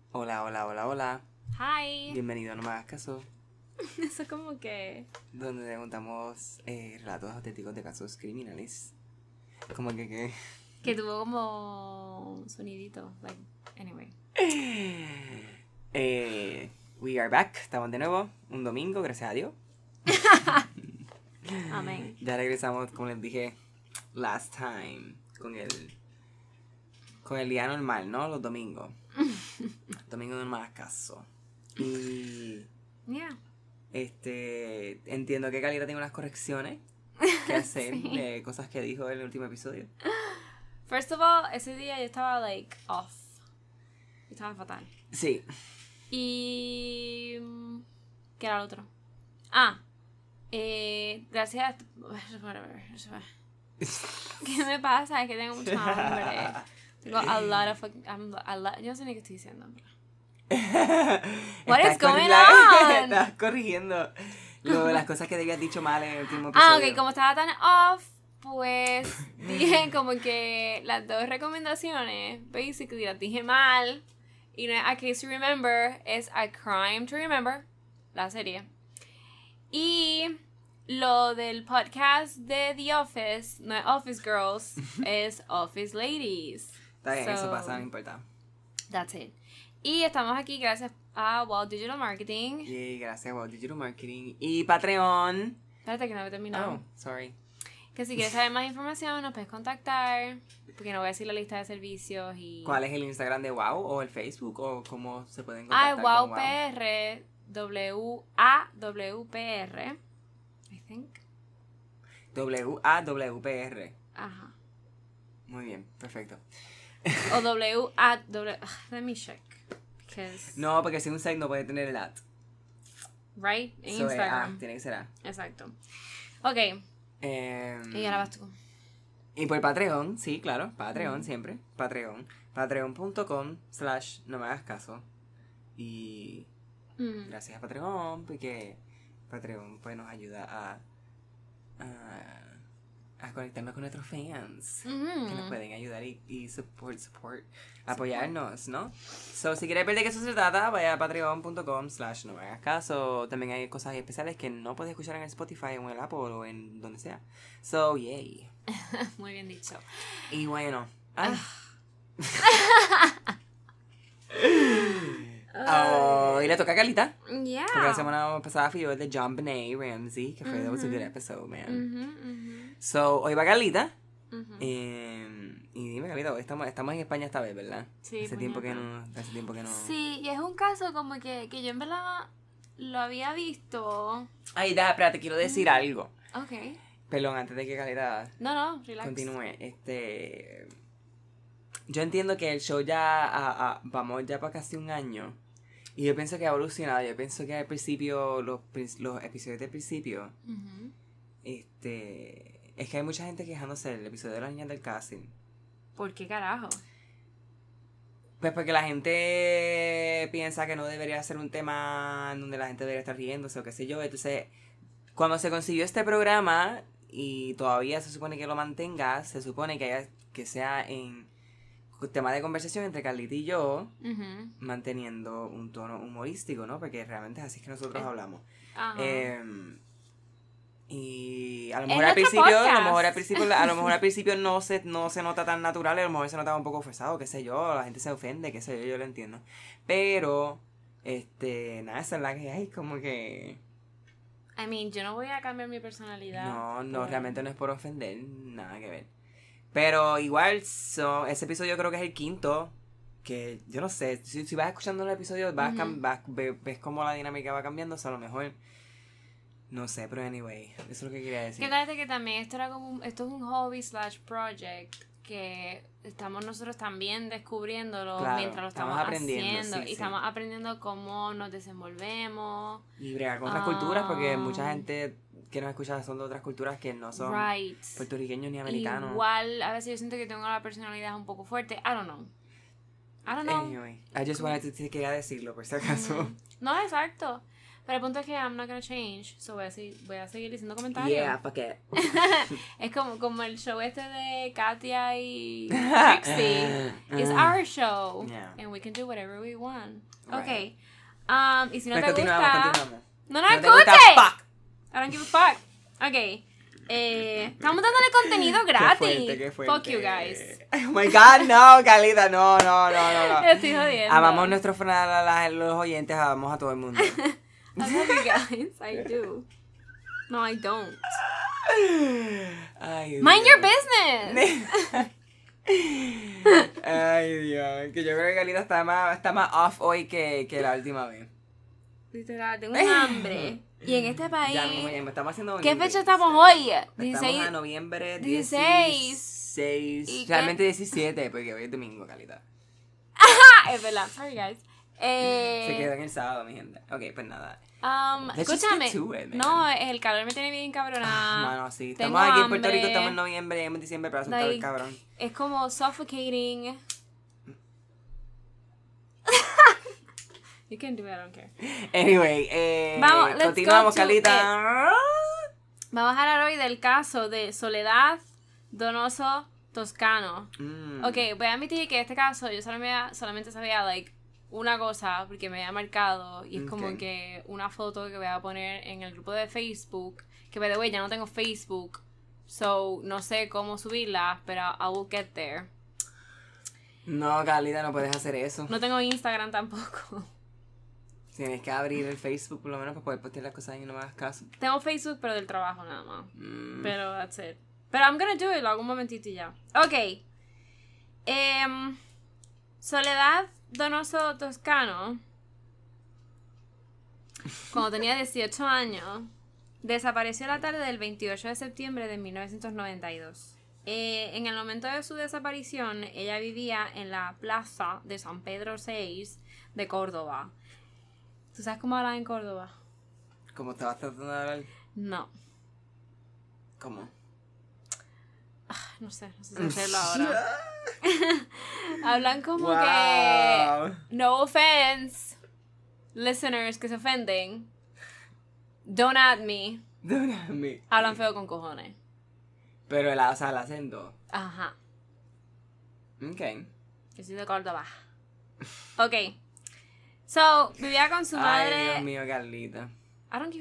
Hola, hola, hola, hola. Hi. Bienvenido a No Me Hagas Caso, Eso como que... donde contamos relatos auténticos de casos criminales. Como que... Que tuvo como un sonidito. Like, anyway. We are back, estamos de nuevo, un domingo, gracias a Dios. Amén. Ya regresamos, como les dije, last time, con el día normal, ¿no? Los domingos. Domingo No Me Hagas Caso. Y... Yeah. entiendo que Calita tiene unas correcciones que hacer Sí. de cosas que dijo en el último episodio. First of all, ese día yo estaba like off. Yo estaba fatal. Sí. Y... ¿qué era el otro? Gracias... ¿Qué me pasa? Es que tengo mucha hambre. Tengo a lot of... yo no sé ni qué estoy diciendo. What is going on? Estás corrigiendo las cosas que te habías dicho mal en el último episodio. Ok, como estaba tan off, pues dije como que las dos recomendaciones, basically las dije mal. Y no es A Case to Remember, es A Crime to Remember, la serie. Y lo del podcast de The Office, no es Office Girls, es Office Ladies. Está bien, eso pasa, no importa. That's it. Y estamos aquí gracias a Walt Digital Marketing. Y gracias a Walt Digital Marketing y Patreon. Espérate que no he terminado. Oh, sorry. Que si quieres saber más información nos puedes contactar. Porque no voy a decir la lista de servicios y... ¿Cuál es el Instagram de WOW o el Facebook o cómo se pueden contactar con WOW? WowPR, WAWPR, I think. WAWPR. Ajá. Muy bien, perfecto. O WAW... Let me check. Because... No, porque si un site no puede tener el ad. Right? En So, Instagram. tiene que ser A. Exacto. Ok. Y ahora vas tú. Y por Patreon, sí, claro, Patreon siempre, Patreon, patreon.com/no me hagas caso. Y gracias a Patreon, porque Patreon pues nos ayuda a conectarnos con nuestros fans, que nos pueden ayudar y support, apoyarnos, ¿no? So, si quieres ver de qué eso se trata, vaya a patreon.com/no me hagas caso. También hay cosas especiales que no puedes escuchar en el Spotify o en el Apple o en donde sea. So, yay. Muy bien dicho. Y bueno, y le toca a Carlita. Yeah. Porque la semana pasada fui yo el de John Benet Ramsey, que fue that was a good episode, man. So, hoy va Carlita. Y dime, Carlita, hoy estamos en España esta vez, ¿verdad? Sí, Hace tiempo que no. Sí, y es un caso como que yo en verdad lo había visto. Ay, espera, te quiero decir algo. Ok. Perdón, antes de que Carlita No, relax. continúe. Yo entiendo que el show ya vamos ya para casi un año. Y yo pienso que ha evolucionado. Yo pienso que al principio, los episodios del principio, es que hay mucha gente quejándose del episodio de las niñas del casting. ¿Por qué carajo? Pues porque la gente piensa que no debería ser un tema en donde la gente debería estar riéndose o qué sé yo. Entonces, cuando se consiguió este programa y todavía se supone que lo mantenga, se supone que sea en tema de conversación entre Carlita y yo, manteniendo un tono humorístico, ¿no? Porque realmente es así que nosotros hablamos. Ajá. Y a lo Es mejor al nuestro principio, a lo mejor al principio no se nota tan natural, a lo mejor se notaba un poco forzado, qué sé yo, la gente se ofende, qué sé yo lo entiendo. Pero, nada, esa es la que hay, como que... I mean, yo no voy a cambiar mi personalidad. No, realmente no es por ofender, nada que ver. Pero igual, ese episodio creo que es el quinto, que yo no sé, si vas escuchando el episodio, ves cómo la dinámica va cambiando, o sea, a lo mejor, no sé, pero anyway, eso es lo que quería decir. Que fíjate que también esto es un hobby / project que estamos nosotros también descubriéndolo, Claro, mientras lo estamos aprendiendo, haciendo, sí, y estamos aprendiendo cómo nos desenvolvemos. Y bregar con otras culturas, porque mucha gente que nos escucha son de otras culturas que no son puertorriqueños ni americanos. Igual, a veces yo siento que tengo la personalidad un poco fuerte. I don't know. Anyway, I just wanted to quería decirlo, por si acaso. No, exacto. Pero el punto es que I'm not gonna change. So voy a seguir diciendo comentarios. Yeah, fuck it. Es como el show este de Katia y Trixie. It's our show. Yeah. And we can do whatever we want. Right. Okay. Y si no Pues te gusta... continuamos. No te escuches. gusta, fuck. I don't give a fuck. Okay. Estamos dándole contenido gratis. Qué fuerte. Fuck you guys. Oh my god, no, Calita, no. Estoy jodiendo. Amamos nuestro funeral a los oyentes, amamos a todo el mundo. I love you guys. I do. No, I don't. Ay, Mind Dios. your business. Ay, Dios. Que yo creo que Calita está más off hoy que la última vez. Literal, tengo un hambre. Y en este país... Ya mismo, estamos haciendo... ¿Qué fecha estamos hoy? Estamos a noviembre 16. 16. ¿Y Realmente 17, porque hoy es domingo, Calita. Es verdad, sorry guys. Se quedó en el sábado, mi gente. Ok, pues nada. Let's just Escúchame. get to it, man. No, el calor me tiene bien cabronada. Mano, sí. Tengo Estamos aquí en Puerto Rico, hambre. estamos en noviembre, en diciembre, pero hace un calor Like, cabrón. Es como suffocating. You can do it, I don't care. Anyway, Vamos, let's continuamos, go to Calita. Vamos a hablar hoy del caso de Soledad Donoso Toscano. Ok, voy a admitir que este caso yo solamente sabía, like, una cosa, porque me había marcado, y es como Ok. que una foto que voy a poner en el grupo de Facebook, que by the way, ya no tengo Facebook, so no sé cómo subirla, pero I will get there. No, Calita, no puedes hacer eso. No tengo Instagram tampoco. Tienes que abrir el Facebook por lo menos para poder postear las cosas ahí y no me hagas caso. Tengo Facebook, pero del trabajo nada más. Pero that's it. Pero I'm gonna do it, lo hago un momentito y ya. Ok. Soledad Donoso Toscano, cuando tenía 18 años, desapareció la tarde del 28 de septiembre de 1992. En el momento de su desaparición, ella vivía en la plaza de San Pedro 6 de Córdoba. ¿Tú sabes cómo hablan en Córdoba? ¿Cómo estabas tratando de hablar? No. ¿Cómo? No sé si hacerlo ahora. Hablan como Wow. que... No offense, listeners que se ofenden. Don't at me. Don't have me. Hablan feo con cojones. Pero el acento. Ajá. Ok. Yo soy de Córdoba. Ok. So, vivía con su Ay, madre... Dios mío, Carlita. I don't give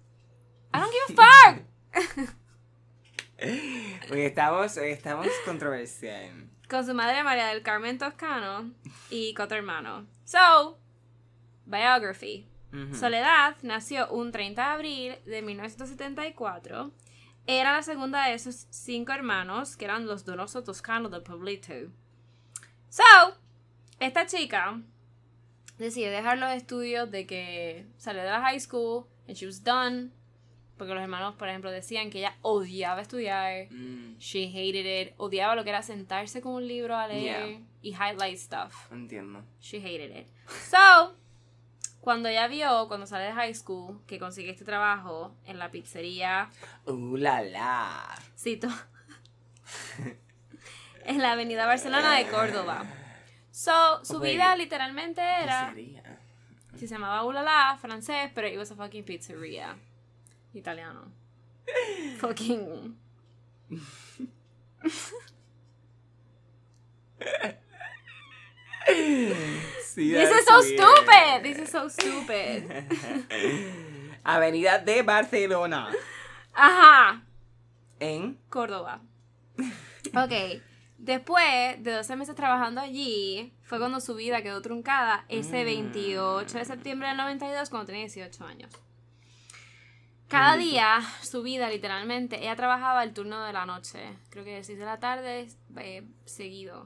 a fuck. Hoy estamos controversiales. Con su madre María del Carmen Toscano y cuatro hermanos. So, biography. Soledad nació un 30 de abril de 1974. Era la segunda de esos 5 hermanos, que eran los Donoso Toscano del pueblito. So, esta chica decidió dejar los estudios de que salió de la high school and she was done. Porque los hermanos, por ejemplo, decían que ella odiaba estudiar. She hated it. Odiaba lo que era sentarse con un libro a leer y highlight stuff. Entiendo. She hated it. So, cuando sale de high school, que consigue este trabajo en la pizzería. La la. Cito. En la avenida Barcelona de Córdoba. So, su vida literalmente era... Pizzería. Se llamaba Ulala, francés, pero it was a fucking pizzeria. Italiano. Fucking... Sí, This is that's so weird. stupid. This is so stupid. Avenida de Barcelona. Ajá. En Córdoba. Ok. Después de 12 meses trabajando allí, fue cuando su vida quedó truncada ese 28 de septiembre del 92, cuando tenía 18 años. Cada día, su vida, literalmente, ella trabajaba el turno de la noche. Creo que de 6 de la tarde, seguido.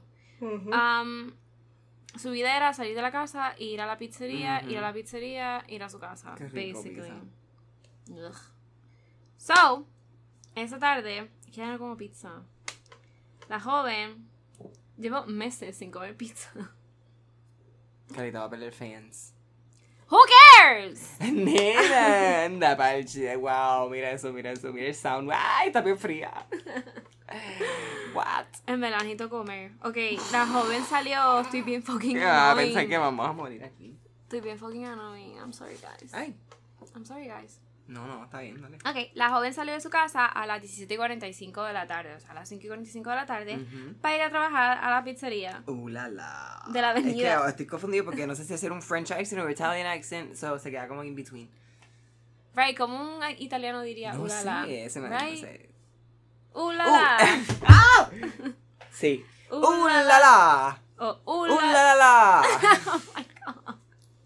Su vida era salir de la casa, ir a la pizzería, ir a la pizzería, ir a su casa. Qué rico, basically. pizza. Ugh. So, esa tarde, ya no como pizza. La joven llevó meses sin comer pizza. Carita va a perder fans. Who cares? Nena, anda parche. Wow, mira eso, mira el sound. Ay, está bien fría. What? En verdad, necesito comer. Ok, la joven salió. Estoy bien fucking Ah, annoying. pensé que vamos a morir aquí. Estoy bien fucking annoying. I'm sorry, guys. Ay, I'm sorry, guys. No, está bien, dale. Ok, la joven salió de su casa a las 17:45 de la tarde, o sea, a las 5:45 de la tarde, para ir a trabajar a la pizzería. La la. De la avenida. Es que estoy confundido porque no sé si hacer un French accent o Italian accent, so se queda como in between. Right, como un italiano diría, No ulala. sé, ese no Right? sé. Ulala. ¡Ah! Sí. La la. Oh, La la. Oh my God.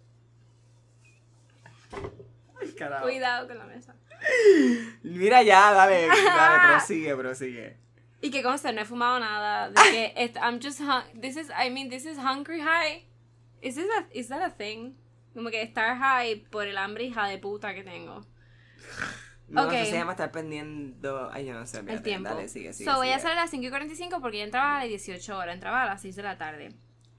Ay, carajo. Cuidado con la mesa. Mira ya, dale, prosigue. Y que conste, no he fumado nada. De que I'm just this is hungry high. Is that a thing? Como que estar high por el hambre hija de puta que tengo. No, Okay. eso se llama estar pendiendo. Ay, yo no sé, El tiempo. Dale, sigue. Voy a salir a las 5:45 porque ya entraba a las 18 horas. Entraba a las 6 de la tarde.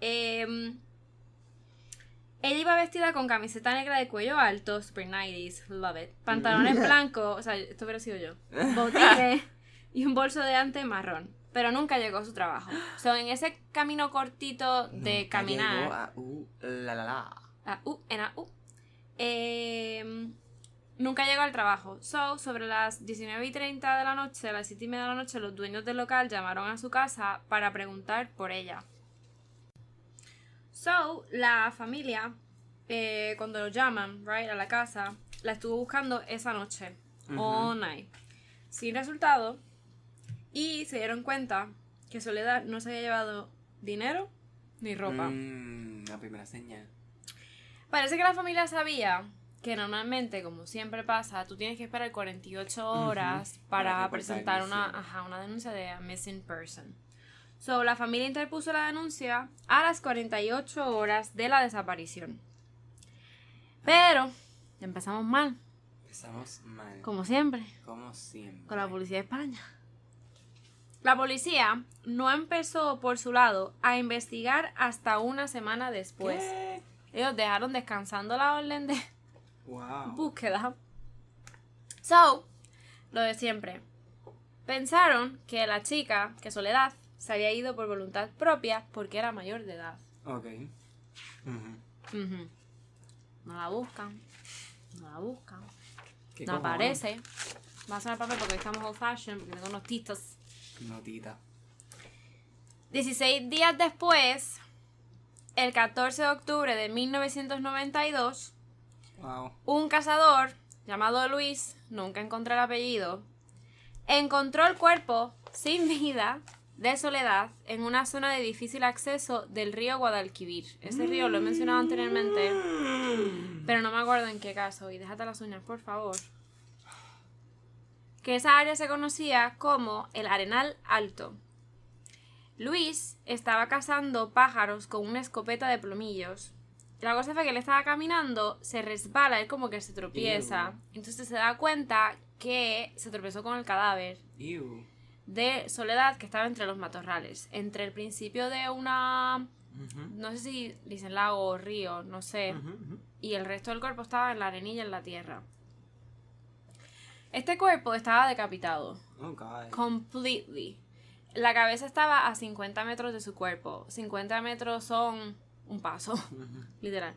Ella iba vestida con camiseta negra de cuello alto, super 90s, love it. Pantalones blancos, o sea, esto hubiera sido yo. Botines y un bolso de ante marrón. Pero nunca llegó a su trabajo. En ese camino cortito de nunca caminar. Llegó a Nunca llegó al trabajo. Sobre las 19:30 de la noche, a las 7:30 de la noche, los dueños del local llamaron a su casa para preguntar por ella. La familia, cuando lo llaman, right, a la casa, la estuvo buscando esa noche. All night. Sin resultado. Y se dieron cuenta que Soledad no se había llevado dinero ni ropa. La primera señal. Parece que la familia sabía que normalmente, como siempre pasa, tú tienes que esperar 48 horas para presentar una denuncia de a missing person. La familia interpuso la denuncia a las 48 horas de la desaparición. Pero empezamos mal. Como siempre. Con la policía de España. La policía no empezó por su lado a investigar hasta una semana después. ¿Qué? Ellos dejaron descansando la orden de búsqueda. Lo de siempre. Pensaron que la chica, que Soledad, se había ido por voluntad propia porque era mayor de edad. Ok. No la buscan. ¿Qué No cojones? aparece. Va a sonar papel porque estamos old fashion, porque tengo notitas. Notita. 16 días después, el 14 de octubre de 1992, Wow. un cazador llamado Luis, nunca encontré el apellido, encontró el cuerpo sin vida de Soledad en una zona de difícil acceso del río Guadalquivir. Ese río lo he mencionado anteriormente, pero no me acuerdo en qué caso. Y déjate las uñas, por favor. Que esa área se conocía como el Arenal Alto. Luis estaba cazando pájaros con una escopeta de plumillos. La cosa fue que él estaba caminando, se resbala, él como que se tropieza. Entonces se da cuenta que se tropezó con el cadáver de Soledad, que estaba entre los matorrales. Entre el principio de una... no sé si dicen lago o río, no sé. Y el resto del cuerpo estaba en la arenilla, en la tierra. Este cuerpo estaba decapitado. Oh, God. Completely. La cabeza estaba a 50 metros de su cuerpo. 50 metros son un paso. Literal.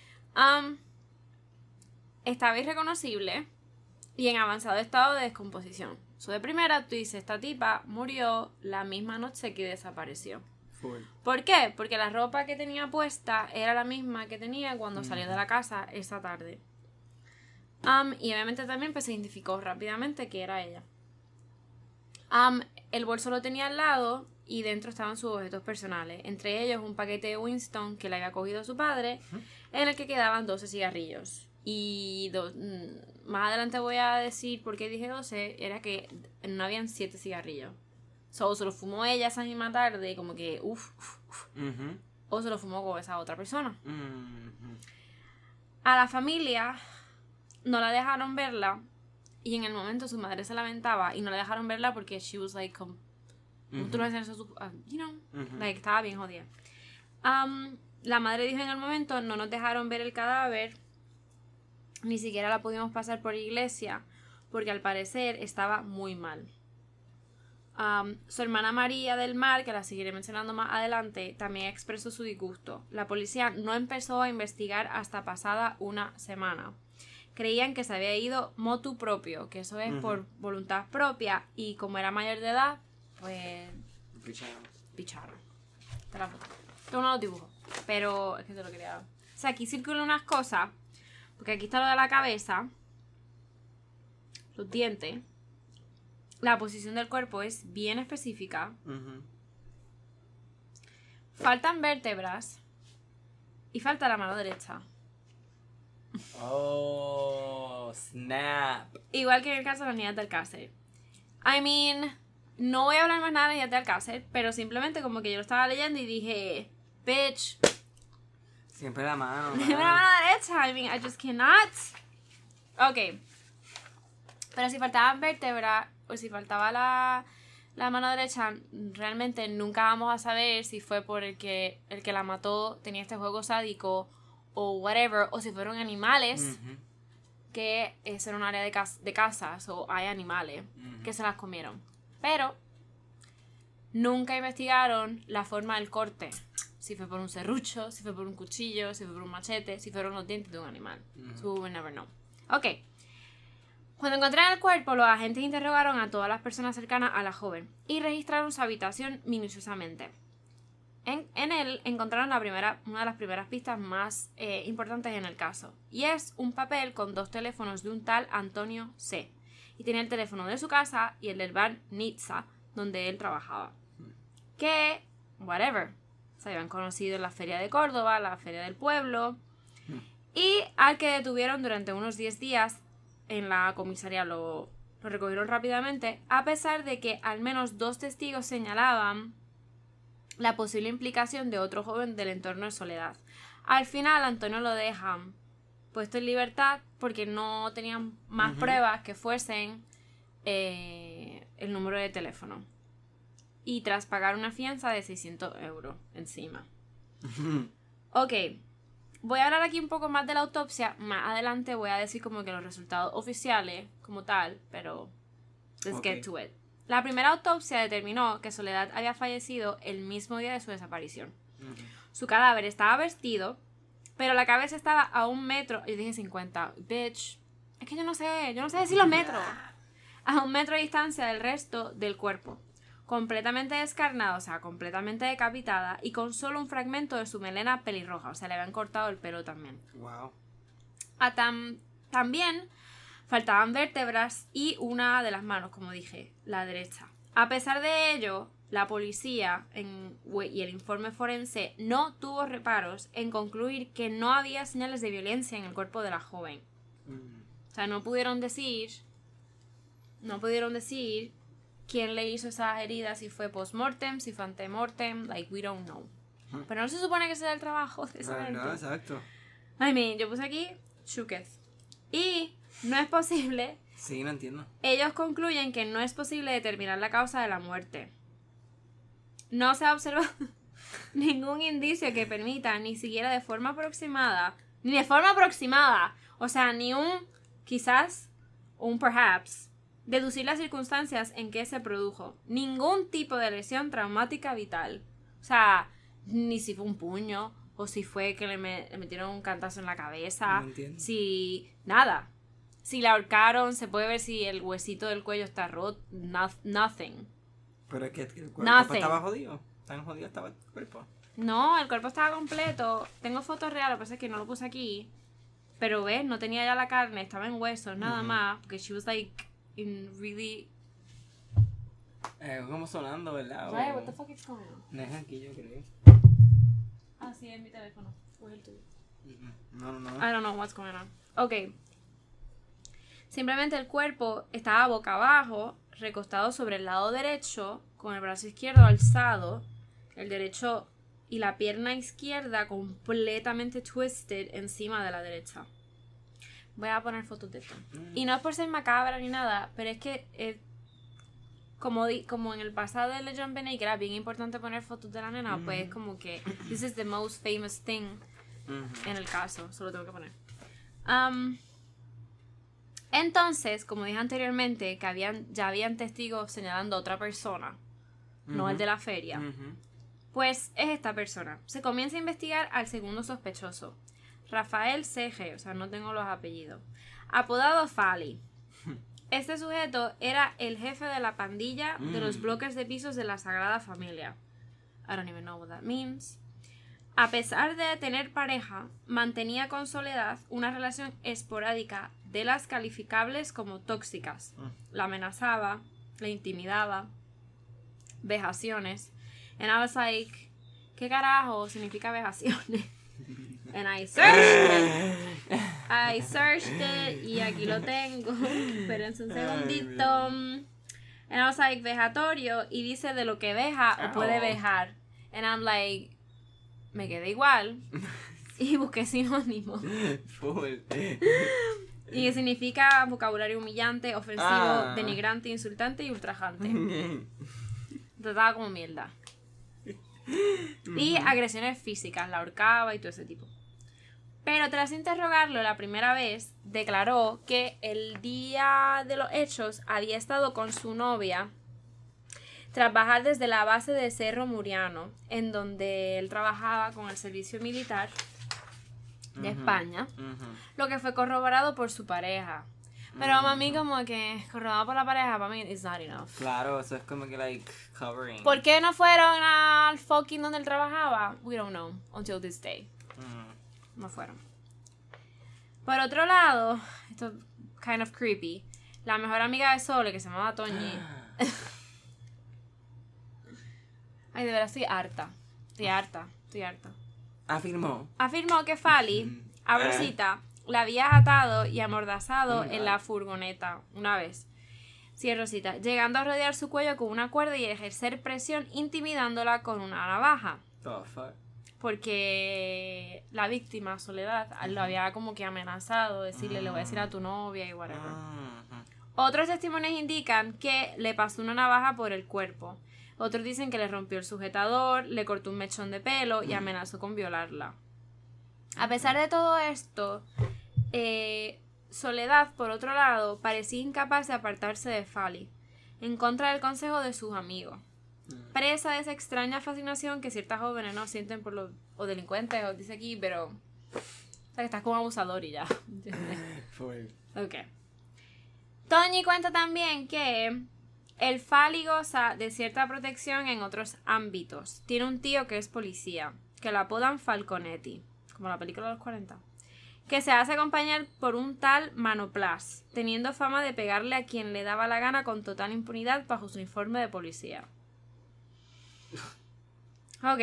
Estaba irreconocible y en avanzado estado de descomposición. De primera, tú dices, esta tipa murió la misma noche que desapareció. Full. ¿Por qué? Porque la ropa que tenía puesta era la misma que tenía cuando salió de la casa esa tarde. Y obviamente también pues, se identificó rápidamente que era ella. El bolso lo tenía al lado y dentro estaban sus objetos personales. Entre ellos un paquete de Winston que le había cogido su padre, en el que quedaban 12 cigarrillos. Y más adelante voy a decir por qué dije 12, era que no habían 7 cigarrillos. Se lo fumó ella esa misma tarde, como que o se lo fumó con esa otra persona. A la familia no la dejaron verla y en el momento su madre se lamentaba y no la dejaron verla porque she was like tú no haces eso, you know, like estaba bien jodida. La madre dijo en el momento, no nos dejaron ver el cadáver, ni siquiera la pudimos pasar por iglesia porque al parecer estaba muy mal. Su hermana María del Mar, que la seguiré mencionando más adelante, también expresó su disgusto. La policía no empezó a investigar hasta pasada una semana. creían que se había ido motu propio, que eso es por voluntad propia, y como era mayor de edad, pues picharon. Te la foto. Esto no lo dibujo, pero es que te lo quería... O sea, aquí circulan unas cosas, porque aquí está lo de la cabeza, los dientes, la posición del cuerpo es bien específica, faltan vértebras y falta la mano derecha. Oh, snap. Igual que en el caso de las niñas del Alcácer. I mean, no voy a hablar más nada de niñas del Alcácer, pero simplemente como que yo lo estaba leyendo y dije, bitch, siempre la mano. la mano derecha. I mean, I just cannot. Ok. Pero si faltaban vértebras o si faltaba la mano derecha, realmente nunca vamos a saber si fue por el que la mató tenía este juego sádico o whatever, o si fueron animales, que es en un área de casas, o hay animales que se las comieron. Pero nunca investigaron la forma del corte. Si fue por un serrucho, si fue por un cuchillo, si fue por un machete, si fueron los dientes de un animal. So we will never know. Ok. Cuando encontraron el cuerpo, los agentes interrogaron a todas las personas cercanas a la joven y registraron su habitación minuciosamente. En él encontraron una de las primeras pistas más importantes en el caso, y es un papel con 2 teléfonos de un tal Antonio C. Y tenía el teléfono de su casa y el del bar Nizza, donde él trabajaba. Que, whatever, se habían conocido en la feria de Córdoba, la feria del pueblo, y al que detuvieron durante unos 10 días en la comisaría lo recogieron rápidamente, a pesar de que al menos 2 testigos señalaban la posible implicación de otro joven del entorno de Soledad. Al final Antonio lo dejan puesto en libertad porque no tenían más pruebas que fuesen el número de teléfono, y tras pagar una fianza de 600 euros encima. Ok, voy a hablar aquí un poco más de la autopsia. Más adelante voy a decir como que los resultados oficiales como tal, pero let's get to it. La primera autopsia determinó que Soledad había fallecido el mismo día de su desaparición. Su cadáver estaba vestido, pero la cabeza estaba a 1 metro. Yo dije 50. Bitch, es que yo no sé decir los metros. A 1 metro de distancia del resto del cuerpo. Completamente descarnada, o sea, completamente decapitada, y con solo un fragmento de su melena pelirroja. O sea, le habían cortado el pelo también. Wow. También faltaban vértebras y una de las manos, como dije, la derecha. A pesar de ello, la policía y el informe forense no tuvo reparos en concluir que no había señales de violencia en el cuerpo de la joven. O sea, no pudieron decir quién le hizo esas heridas, si fue post-mortem, si fue ante-mortem, like, we don't know. Pero no se supone que sea el trabajo de esa gente. No, exacto. I mean, yo puse aquí, shooketh. Y no es posible. Sí, no entiendo. Ellos concluyen que no es posible determinar la causa de la muerte. No se ha observado ningún indicio que permita, ni siquiera de forma aproximada, o sea, ni un quizás, un perhaps, deducir las circunstancias en que se produjo ningún tipo de lesión traumática vital. O sea, ni si fue un puño, o si fue que le metieron un cantazo en la cabeza. No entiendo. Si nada. Si la ahorcaron, se puede ver si el huesito del cuello está roto. Nothing. Pero es que el cuerpo estaba jodido. Tan jodido estaba el cuerpo. No, el cuerpo estaba completo. Tengo fotos reales, lo que pasa es que no lo puse aquí. Pero ves, no tenía ya la carne, estaba en huesos, nada más. Porque she was like in really... como sonando, ¿verdad? Right, what the fuck is going on? No es aquí, yo creo. Ah, sí, es mi teléfono. O es el tuyo. No. I don't know what's going on. Ok. Simplemente el cuerpo estaba boca abajo, recostado sobre el lado derecho, con el brazo izquierdo alzado, el derecho y la pierna izquierda completamente twisted encima de la derecha. Voy a poner fotos de esto. Y no es por ser macabra ni nada, pero es que como en el pasado de Legion Benet, que era bien importante poner fotos de la nena, pues es como que this is the most famous thing en el caso. Solo tengo que poner. Entonces, como dije anteriormente, que ya habían testigos señalando a otra persona, no el de la feria, pues es esta persona. Se comienza a investigar al segundo sospechoso, Rafael C.G., o sea, no tengo los apellidos. Apodado Fali. Este sujeto era el jefe de la pandilla de los bloques de pisos de la Sagrada Familia. I don't even know what that means. A pesar de tener pareja, mantenía con Soledad una relación esporádica de las calificables como tóxicas. La amenazaba, la intimidaba, vejaciones. And I was like, ¿qué carajo significa vejaciones? And I searched it y aquí lo tengo. Espérense un segundito. And I was like, vejatorio, y dice de lo que veja o puede vejar. And I'm like, me quedé igual y busqué sinónimos. Y que significa vocabulario humillante, ofensivo, denigrante, insultante y ultrajante. Trataba como mierda. Y agresiones físicas, la ahorcaba y todo ese tipo. Pero tras interrogarlo la primera vez, declaró que el día de los hechos había estado con su novia tras bajar desde la base de Cerro Muriano, en donde él trabajaba con el servicio militar de España, lo que fue corroborado por su pareja. Pero para mí como que corroborado por la pareja, para mí it's not enough. Claro, eso es como que like covering. ¿Por qué no fueron al fucking donde él trabajaba? We don't know until this day. No fueron. Por otro lado, esto es kind of creepy, la mejor amiga de Sole, que se llamaba Toñi. Ay, de verdad estoy harta. Afirmó que Fali, a Rosita, la había atado y amordazado en la furgoneta una vez. Sí, Rosita, llegando a rodear su cuello con una cuerda y ejercer presión intimidándola con una navaja. The fuck? Porque la víctima, Soledad, lo había como que amenazado, decirle, le voy a decir a tu novia y whatever. Otros testimonios indican que le pasó una navaja por el cuerpo. Otros dicen que le rompió el sujetador, le cortó un mechón de pelo y amenazó con violarla. A pesar de todo esto, Soledad, por otro lado, parecía incapaz de apartarse de Fali, en contra del consejo de sus amigos. Presa de esa extraña fascinación que ciertas jóvenes no sienten por los o delincuentes, o dice aquí, pero... O sea, que estás como abusador y ya. Ok. Toñi cuenta también que el Fali goza de cierta protección en otros ámbitos. Tiene un tío que es policía, que lo apodan Falconetti, como la película de los 40, que se hace acompañar por un tal Manoplas, teniendo fama de pegarle a quien le daba la gana con total impunidad bajo su uniforme de policía. Ok.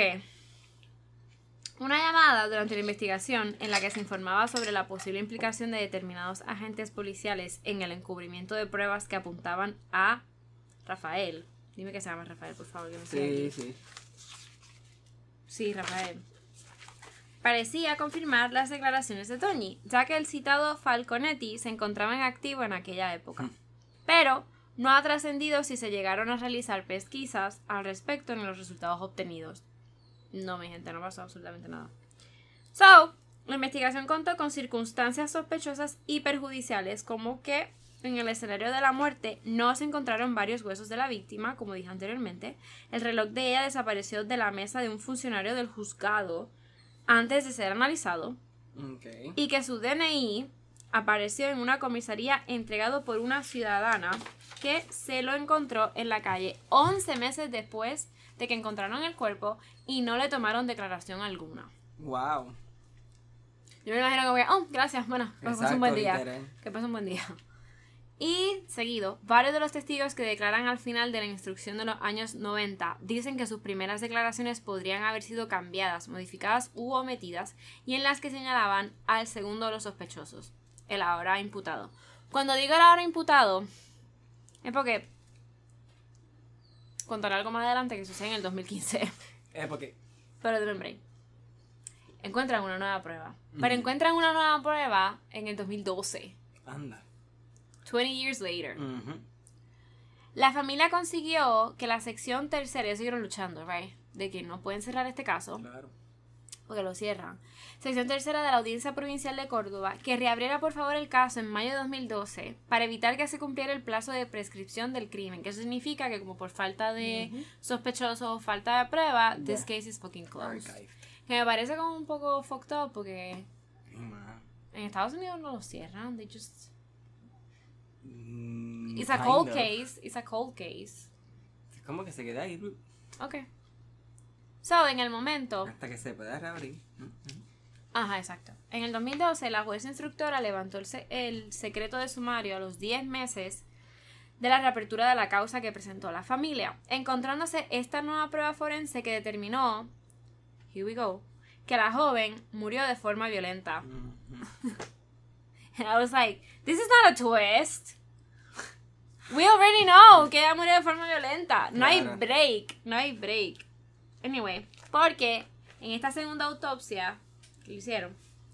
Una llamada durante la investigación en la que se informaba sobre la posible implicación de determinados agentes policiales en el encubrimiento de pruebas que apuntaban a Rafael. Dime que se llama Rafael, por favor, que me siga aquí. Sí. Sí, Rafael. Parecía confirmar las declaraciones de Toñi, ya que el citado Falconetti se encontraba en activo en aquella época. Pero no ha trascendido si se llegaron a realizar pesquisas al respecto en los resultados obtenidos. No, mi gente, no pasó absolutamente nada. La investigación contó con circunstancias sospechosas y perjudiciales, como que en el escenario de la muerte no se encontraron varios huesos de la víctima, como dije anteriormente. El reloj de ella desapareció de la mesa de un funcionario del juzgado antes de ser analizado. Okay. Y que su DNI apareció en una comisaría entregado por una ciudadana que se lo encontró en la calle 11 meses después de que encontraron el cuerpo y no le tomaron declaración alguna. Wow. Yo me imagino que gracias, bueno, que pase un buen día. Literal. Que pase un buen día. Y, seguido, varios de los testigos que declaran al final de la instrucción de los años 90 dicen que sus primeras declaraciones podrían haber sido cambiadas, modificadas u omitidas, y en las que señalaban al segundo de los sospechosos, el ahora imputado. Cuando digo el ahora imputado, es porque contaré algo más adelante que sucede en el 2015. Porque... Pero denme un break. Encuentran una nueva prueba. Pero encuentran una nueva prueba en el 2012. Anda. 20 years later. La familia consiguió que la sección tercera, ellos siguieron luchando, right? De que no pueden cerrar este caso. Claro. Porque lo cierran. Sección tercera de la Audiencia Provincial de Córdoba, que reabriera por favor el caso en mayo de 2012 para evitar que se cumpliera el plazo de prescripción del crimen. Que eso significa que como por falta de sospechosos o falta de prueba, this case is fucking closed. Archived. Que me parece como un poco fucked up porque En Estados Unidos no lo cierran. They just... It's a Kind cold of. case. It's a cold case. Es como que se queda ahí Ok. So, en el momento... hasta que se pueda reabrir. Ajá, exacto. En el 2012, la jueza instructora levantó el secreto de sumario a los 10 meses de la reapertura de la causa que presentó la familia, encontrándose esta nueva prueba forense que determinó, here we go, que la joven murió de forma violenta. And I was like, this is not a twist. We already know que ella murió de forma violenta. No hay Claro. break. Anyway, porque en esta segunda autopsia que le hicieron,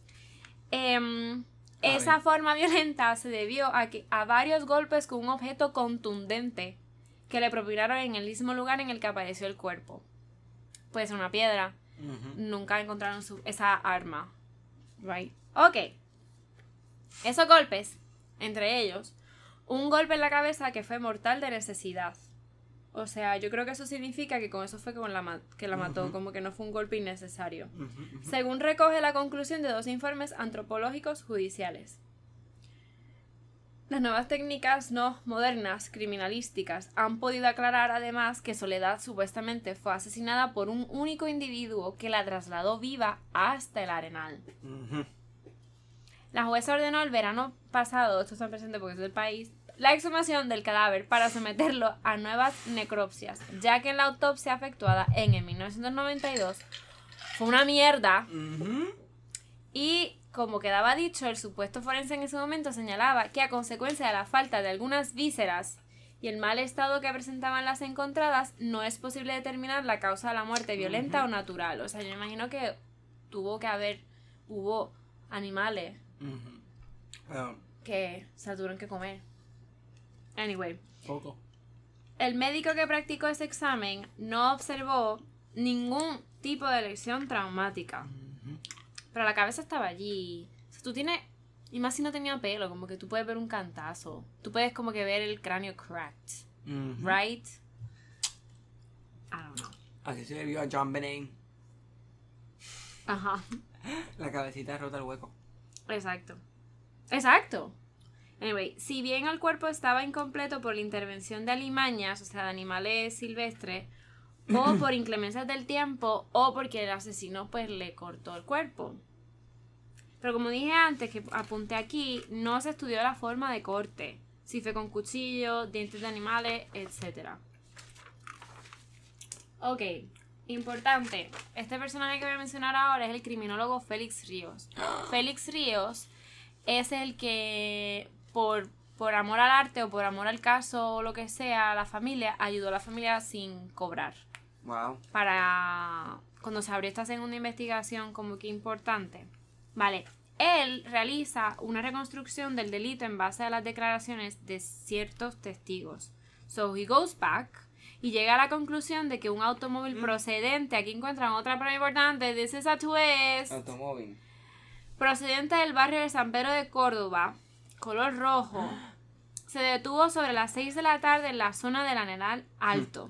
esa forma violenta se debió a varios golpes con un objeto contundente que le propinaron en el mismo lugar en el que apareció el cuerpo. Puede ser una piedra. Nunca encontraron esa arma. Right. Ok. Esos golpes, entre ellos, un golpe en la cabeza que fue mortal de necesidad. O sea, yo creo que eso significa que con eso fue que la mató, como que no fue un golpe innecesario. Según recoge la conclusión de 2 informes antropológicos judiciales. Las nuevas técnicas no modernas, criminalísticas, han podido aclarar además que Soledad supuestamente fue asesinada por un único individuo que la trasladó viva hasta el Arenal. La jueza ordenó el verano pasado, esto está presente porque es del país, la exhumación del cadáver para someterlo a nuevas necropsias, ya que en la autopsia efectuada en el 1992 fue una mierda. Y como quedaba dicho, el supuesto forense en ese momento señalaba que a consecuencia de la falta de algunas vísceras y el mal estado que presentaban las encontradas, no es posible determinar la causa de la muerte violenta o natural. O sea, yo imagino que hubo animales que se tuvieron que comer. Anyway, Poco. el médico que practicó ese examen no observó ningún tipo de lesión traumática. Pero la cabeza estaba allí. O sea, tú tienes... Y más si no tenía pelo, como que tú puedes ver un cantazo. Tú puedes como que ver el cráneo cracked. Right? I don't know. Así se le vio a John Benet. Ajá. La cabecita rota el hueco. Exacto. Anyway, si bien el cuerpo estaba incompleto por la intervención de alimañas, o sea, de animales silvestres, o por inclemencias del tiempo, o porque el asesino pues le cortó el cuerpo. Pero como dije antes, que apunté aquí, no se estudió la forma de corte, si fue con cuchillo, dientes de animales, etc. Ok, importante, este personaje que voy a mencionar ahora es el criminólogo Félix Ríos. Félix Ríos es el que por amor al arte o por amor al caso o lo que sea, la familia ayudó a la familia sin cobrar. Wow. Para cuando se abrió esta segunda investigación, como que importante. Vale, él realiza una reconstrucción del delito en base a las declaraciones de ciertos testigos. So he goes back y llega a la conclusión de que un automóvil procedente, aquí encuentran otra prueba importante, this is a twist, Automóvil. procedente del barrio de San Pedro de Córdoba, color rojo, se detuvo sobre las 6 de la tarde en la zona del Arenal Alto.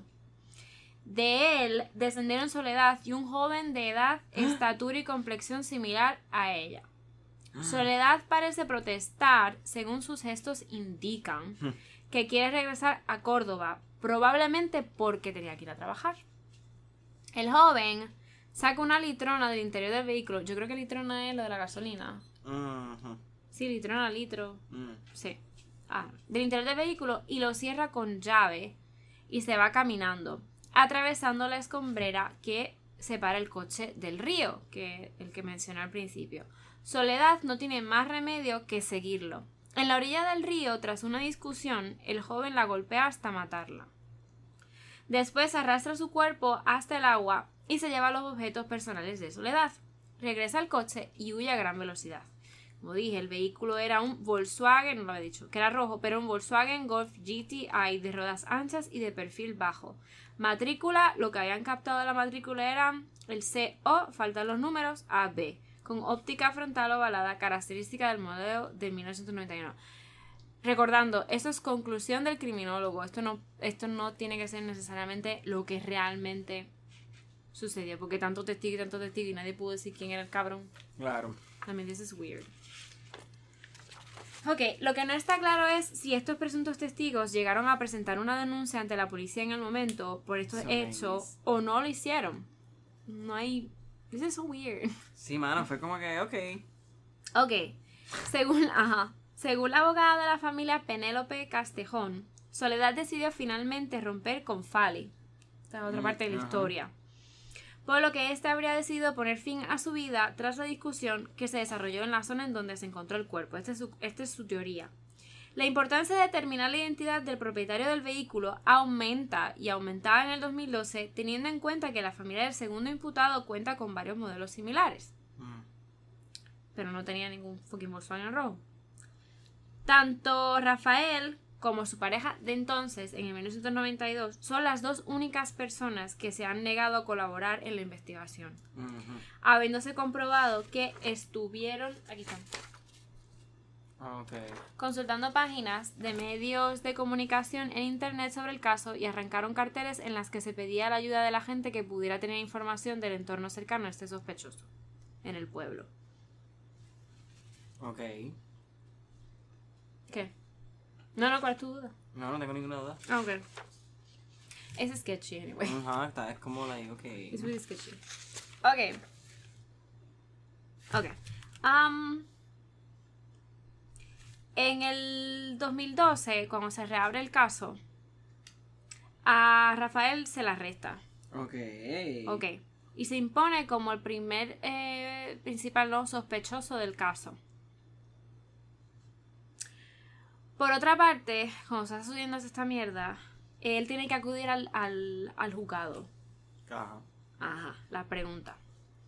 De él descendieron Soledad y un joven de edad, estatura y complexión similar a ella. Soledad parece protestar, según sus gestos indican, que quiere regresar a Córdoba, probablemente porque tenía que ir a trabajar. El joven saca una litrona del interior del vehículo. Yo creo que litrona es lo de la gasolina. Sí, litrona, litro. Sí. Del interior del vehículo y lo cierra con llave y se va caminando, atravesando la escombrera que separa el coche del río, que el que mencioné al principio. Soledad no tiene más remedio que seguirlo. En la orilla del río, tras una discusión, el joven la golpea hasta matarla. Después arrastra su cuerpo hasta el agua y se lleva los objetos personales de Soledad. Regresa al coche y huye a gran velocidad. Como dije, el vehículo era un Volkswagen, no lo había dicho, que era rojo, pero un Volkswagen Golf GTI de ruedas anchas y de perfil bajo. Matrícula, lo que habían captado de la matrícula era el CO, faltan los números, AB, con óptica frontal ovalada, característica del modelo de 1991. Recordando, esto es conclusión del criminólogo, esto no tiene que ser necesariamente lo que realmente sucedió, porque tanto testigo y nadie pudo decir quién era el cabrón. Claro. I mean, this is weird. Ok, lo que no está claro es si estos presuntos testigos llegaron a presentar una denuncia ante la policía en el momento por estos hechos o no lo hicieron. No hay... This is so weird. Sí, mano, fue como que, ok. Ok, según la abogada de la familia Penélope Castejón, Soledad decidió finalmente romper con Fali. Esta es otra parte de la historia. Por lo que éste habría decidido poner fin a su vida tras la discusión que se desarrolló en la zona en donde se encontró el cuerpo. Esta es su teoría. La importancia de determinar la identidad del propietario del vehículo aumenta y aumentaba en el 2012, teniendo en cuenta que la familia del segundo imputado cuenta con varios modelos similares. Pero no tenía ningún fucking Volkswagen rojo. Tanto Rafael como su pareja de entonces, en el 1992, son las dos únicas personas que se han negado a colaborar en la investigación. Habiéndose comprobado que estuvieron... Aquí están. Okay. Consultando páginas de medios de comunicación en internet sobre el caso y arrancaron carteles en las que se pedía la ayuda de la gente que pudiera tener información del entorno cercano a este sospechoso en el pueblo. Ok. ¿Qué? No, ¿cuál es tu duda? No tengo ninguna duda. Ok. Es sketchy, anyway. Está, es como like, ok. It's really sketchy. Ok. En el 2012, cuando se reabre el caso, a Rafael se le arresta. Ok. Y se impone como el primer principal no sospechoso del caso. Por otra parte, cuando se está subiendo esta mierda, él tiene que acudir al juzgado. La pregunta.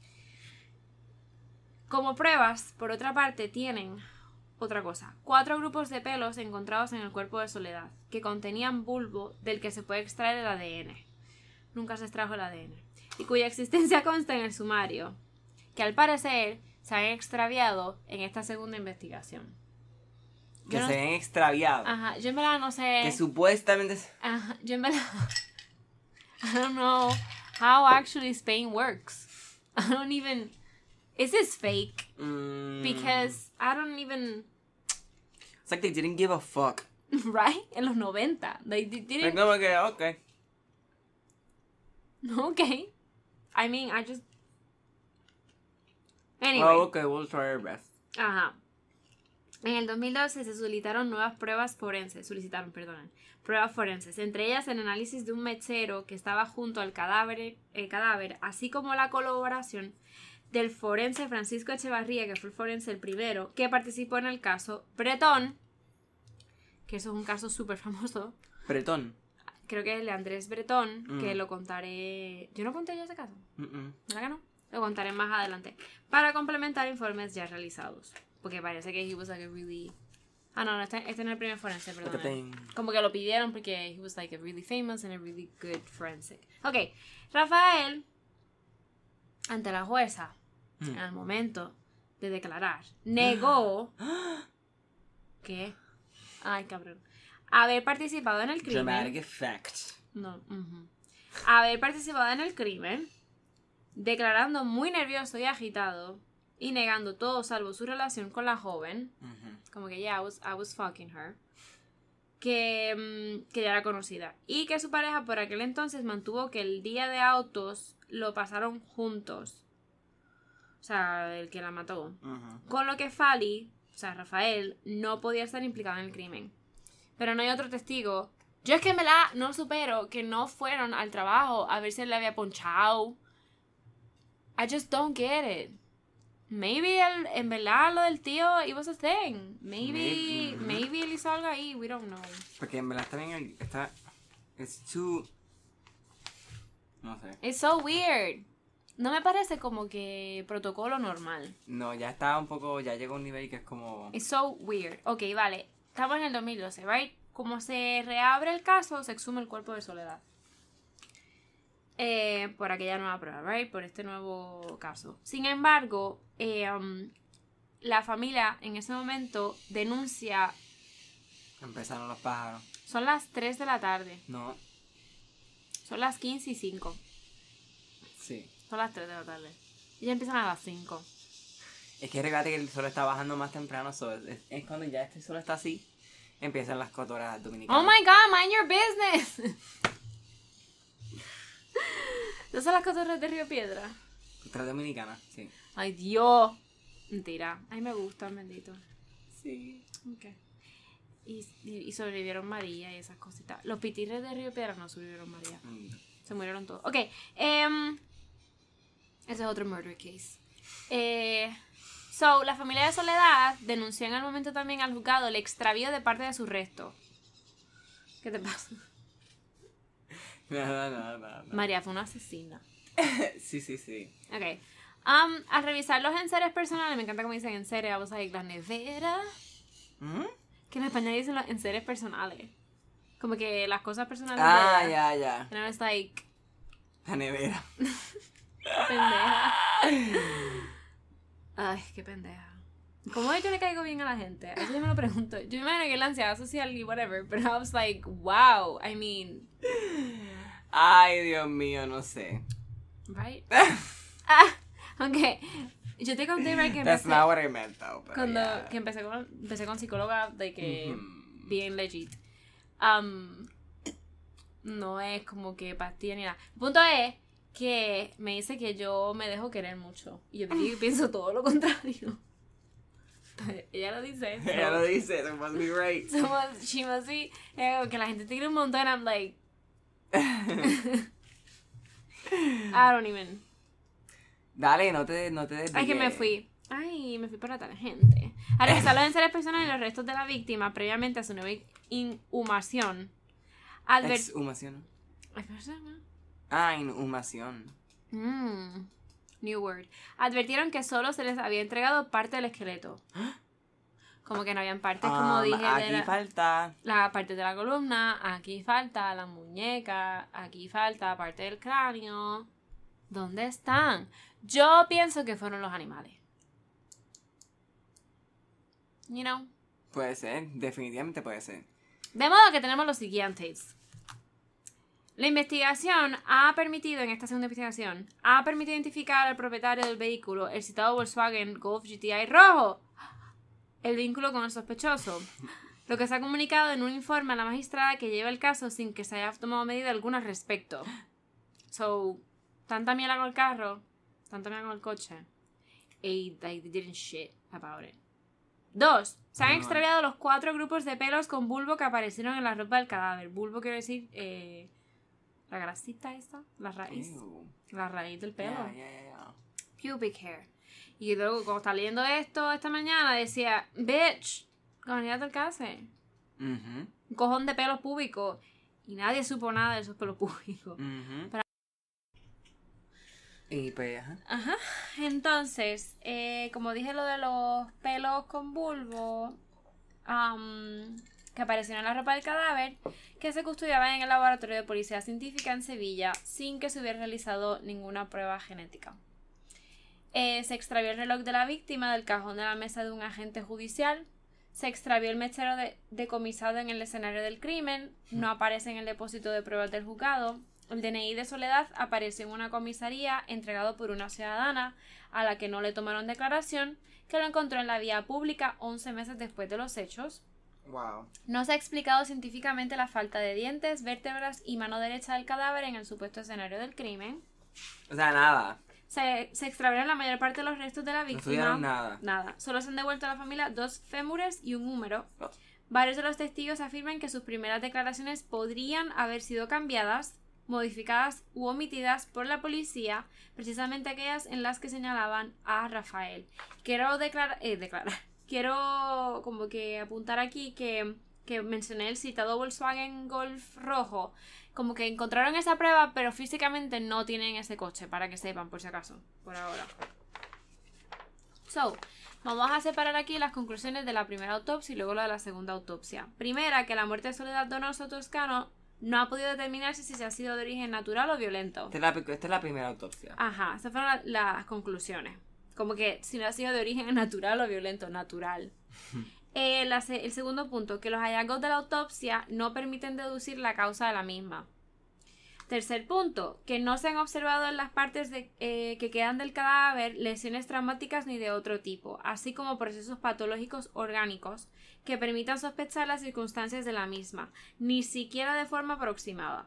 Como pruebas, por otra parte, tienen otra cosa. 4 grupos de pelos encontrados en el cuerpo de Soledad, que contenían bulbo del que se puede extraer el ADN. Nunca se extrajo el ADN. Y cuya existencia consta en el sumario, que al parecer se han extraviado en esta segunda investigación. Que se han extraviado. Yo en verdad no sé. Que supuestamente... Yo en verdad... I don't know how actually Spain works. I don't even... Is this fake? Because I don't even... It's like they didn't give a fuck. Right? En los 90. They didn't... Como que, ok. Okay. I mean, I just... Anyway. Oh, okay, we'll try our best. En el 2012 se solicitaron pruebas forenses, entre ellas el análisis de un mechero que estaba junto al cadáver, así como la colaboración del forense Francisco Echevarría, que fue el forense el primero, que participó en el caso Bretón, que eso es un caso súper famoso. Bretón. Creo que es el de Andrés Bretón, que lo contaré... ¿Yo no conté ya ese caso? ¿Verdad que no? Lo contaré más adelante, para complementar informes ya realizados. Porque parece que he was like a really... no, este no es el primer forense, perdón. Como que lo pidieron porque he was like a really famous and a really good forensic. Ok, Rafael, ante la jueza, en el momento de declarar, negó... ¿Qué? Ay, cabrón. Haber participado en el crimen... Dramatic effect. No, haber participado en el crimen, declarando muy nervioso y agitado... y negando todo salvo su relación con la joven, como que I was fucking her, que ya era conocida, y que su pareja por aquel entonces mantuvo que el día de autos lo pasaron juntos, o sea, el que la mató, con lo que Fali, o sea, Rafael, no podía estar implicado en el crimen. Pero no hay otro testigo. Yo es que en verdad no supero que no fueron al trabajo a ver si él le había ponchado. I just don't get it. Maybe en verdad lo del tío, it was a thing. Maybe él hizo algo ahí, we don't know. Porque en verdad también está... It's too... No sé. It's so weird. No me parece como que protocolo normal. No, ya está un poco... Ya llegó a un nivel que es como... It's so weird. Ok, vale. Estamos en el 2012, right? Como se reabre el caso, se exhume el cuerpo de Soledad. Por aquella nueva prueba, right? Por este nuevo caso. Sin embargo, la familia en ese momento denuncia... Empezaron los pájaros. Son las 3 de la tarde. No. Son las 15:05. Sí. Son las 3 de la tarde. Y ya empiezan a las 5. Es que recuerda que el sol está bajando más temprano, es cuando ya este sol está así, empiezan las cotoras dominicanas. Oh my god, mind your business. ¿No son las cotorras de Río Piedra? Cotoras dominicanas, sí. Ay, Dios. Mentira. Ay, me gustan, bendito. Sí. Ok. Y sobrevivieron María y esas cositas. Los pitirres de Río Piedra no sobrevivieron María. Se murieron todos. Ok. Ese es otro murder case. La familia de Soledad denunció en el momento también al juzgado el extravío de parte de su resto. ¿Qué te pasa? Nada. María fue una asesina. Sí. Ok. Al revisar los enseres personales, me encanta cómo dicen enseres, vamos a ver, la nevera. Que en español dicen los enseres personales. Como que las cosas personales de ella. ya. And I was like... La nevera. Pendeja. Ay, qué pendeja. ¿Cómo yo le caigo bien a la gente? Eso yo me lo pregunto. Yo me imagino que es la ansiedad social y whatever, pero I was like, wow, I mean... Ay, Dios mío, no sé. Right? Aunque yo te conté, right, que That's not what I meant, though. Cuando que empecé con psicóloga de que bien legit. No es como que pastilla ni nada. El punto es que me dice que yo me dejo querer mucho. Y yo pienso todo lo contrario. Ella lo dice. Ella lo dice, it must be right. She must be. Que la gente te quiere un montón. I'm like. I don't even. Dale, no te desvíes. Ay, que me fui. Ay, me fui por la tangente. A revisar los enseres personales y los restos de la víctima previamente a su nueva inhumación. Exhumación. Inhumación. New word. Advirtieron que solo se les había entregado parte del esqueleto. Como que no habían partes, como dije. Aquí falta. La parte de la columna, aquí falta la muñeca, aquí falta parte del cráneo. ¿Dónde están? Yo pienso que fueron los animales. You know. Puede ser, definitivamente puede ser. De modo que tenemos los siguientes. La investigación en esta segunda investigación, ha permitido identificar al propietario del vehículo, el citado Volkswagen Golf GTI rojo, el vínculo con el sospechoso, lo que se ha comunicado en un informe a la magistrada que lleva el caso sin que se haya tomado medida alguna al respecto. So, tanta mierda con el carro, tanta mierda con el coche, y they didn't shit about it. 2. Se han extraviado los 4 grupos de pelos con bulbo que aparecieron en la ropa del cadáver. Bulbo quiere decir la grasita esta, la raíz. La raíz del pelo. Yeah. Pubic hair. Y luego cuando estaba leyendo esto esta mañana decía, bitch, comunidad del case. Un cojón de pelos púbicos. Y nadie supo nada de esos pelos púbicos. Pero... Y pues, ajá. Entonces, como dije lo de los pelos con bulbo, que aparecieron en la ropa del cadáver, que se custodiaban en el laboratorio de policía científica en Sevilla sin que se hubiera realizado ninguna prueba genética. Se extravió el reloj de la víctima del cajón de la mesa de un agente judicial. Se extravió el mechero decomisado en el escenario del crimen. No aparece en el depósito de pruebas del juzgado. El DNI de Soledad apareció en una comisaría entregado por una ciudadana a la que no le tomaron declaración, que lo encontró en la vía pública 11 meses después de los hechos. Wow. No se ha explicado científicamente la falta de dientes, vértebras y mano derecha del cadáver en el supuesto escenario del crimen. O sea, nada. Se extraviaron la mayor parte de los restos de la víctima. No estudiaron nada. Nada. Solo se han devuelto a la familia 2 fémures y un húmero. Varios de los testigos afirman que sus primeras declaraciones podrían haber sido cambiadas, modificadas u omitidas por la policía, precisamente aquellas en las que señalaban a Rafael. Quiero como que apuntar aquí que mencioné el citado Volkswagen Golf rojo. Como que encontraron esa prueba, pero físicamente no tienen ese coche, para que sepan, por si acaso, por ahora. Vamos a separar aquí las conclusiones de la primera autopsia y luego la de la segunda autopsia. Primera, que la muerte de Soledad Donoso Toscano no ha podido determinarse si se ha sido de origen natural o violento. Esta es la primera autopsia. Ajá, estas fueron las conclusiones. Como que si no ha sido de origen natural o violento, natural. El segundo punto, que los hallazgos de la autopsia no permiten deducir la causa de la misma. Tercer punto, que no se han observado en las partes que quedan del cadáver lesiones traumáticas ni de otro tipo, así como procesos patológicos orgánicos que permitan sospechar las circunstancias de la misma, ni siquiera de forma aproximada.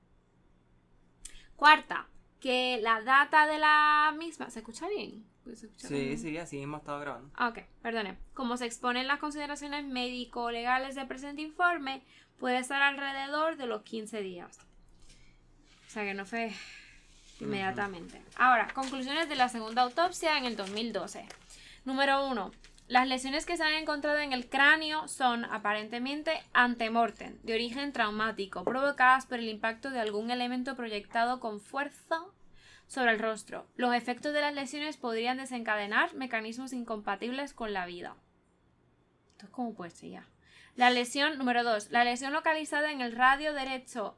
Cuarta, que la data de la misma... ¿Se escucha bien? Sí, así hemos estado grabando. Ok, perdone. Como se exponen las consideraciones médico-legales del presente informe, puede estar alrededor de los 15 días. O sea que no fue inmediatamente. Ahora, conclusiones de la segunda autopsia en el 2012. Número 1. Las lesiones que se han encontrado en el cráneo son aparentemente antemortem, de origen traumático, provocadas por el impacto de algún elemento proyectado con fuerza sobre el rostro. Los efectos de las lesiones podrían desencadenar mecanismos incompatibles con la vida. Esto es como poesía. La lesión, número 2. La lesión localizada en el radio derecho.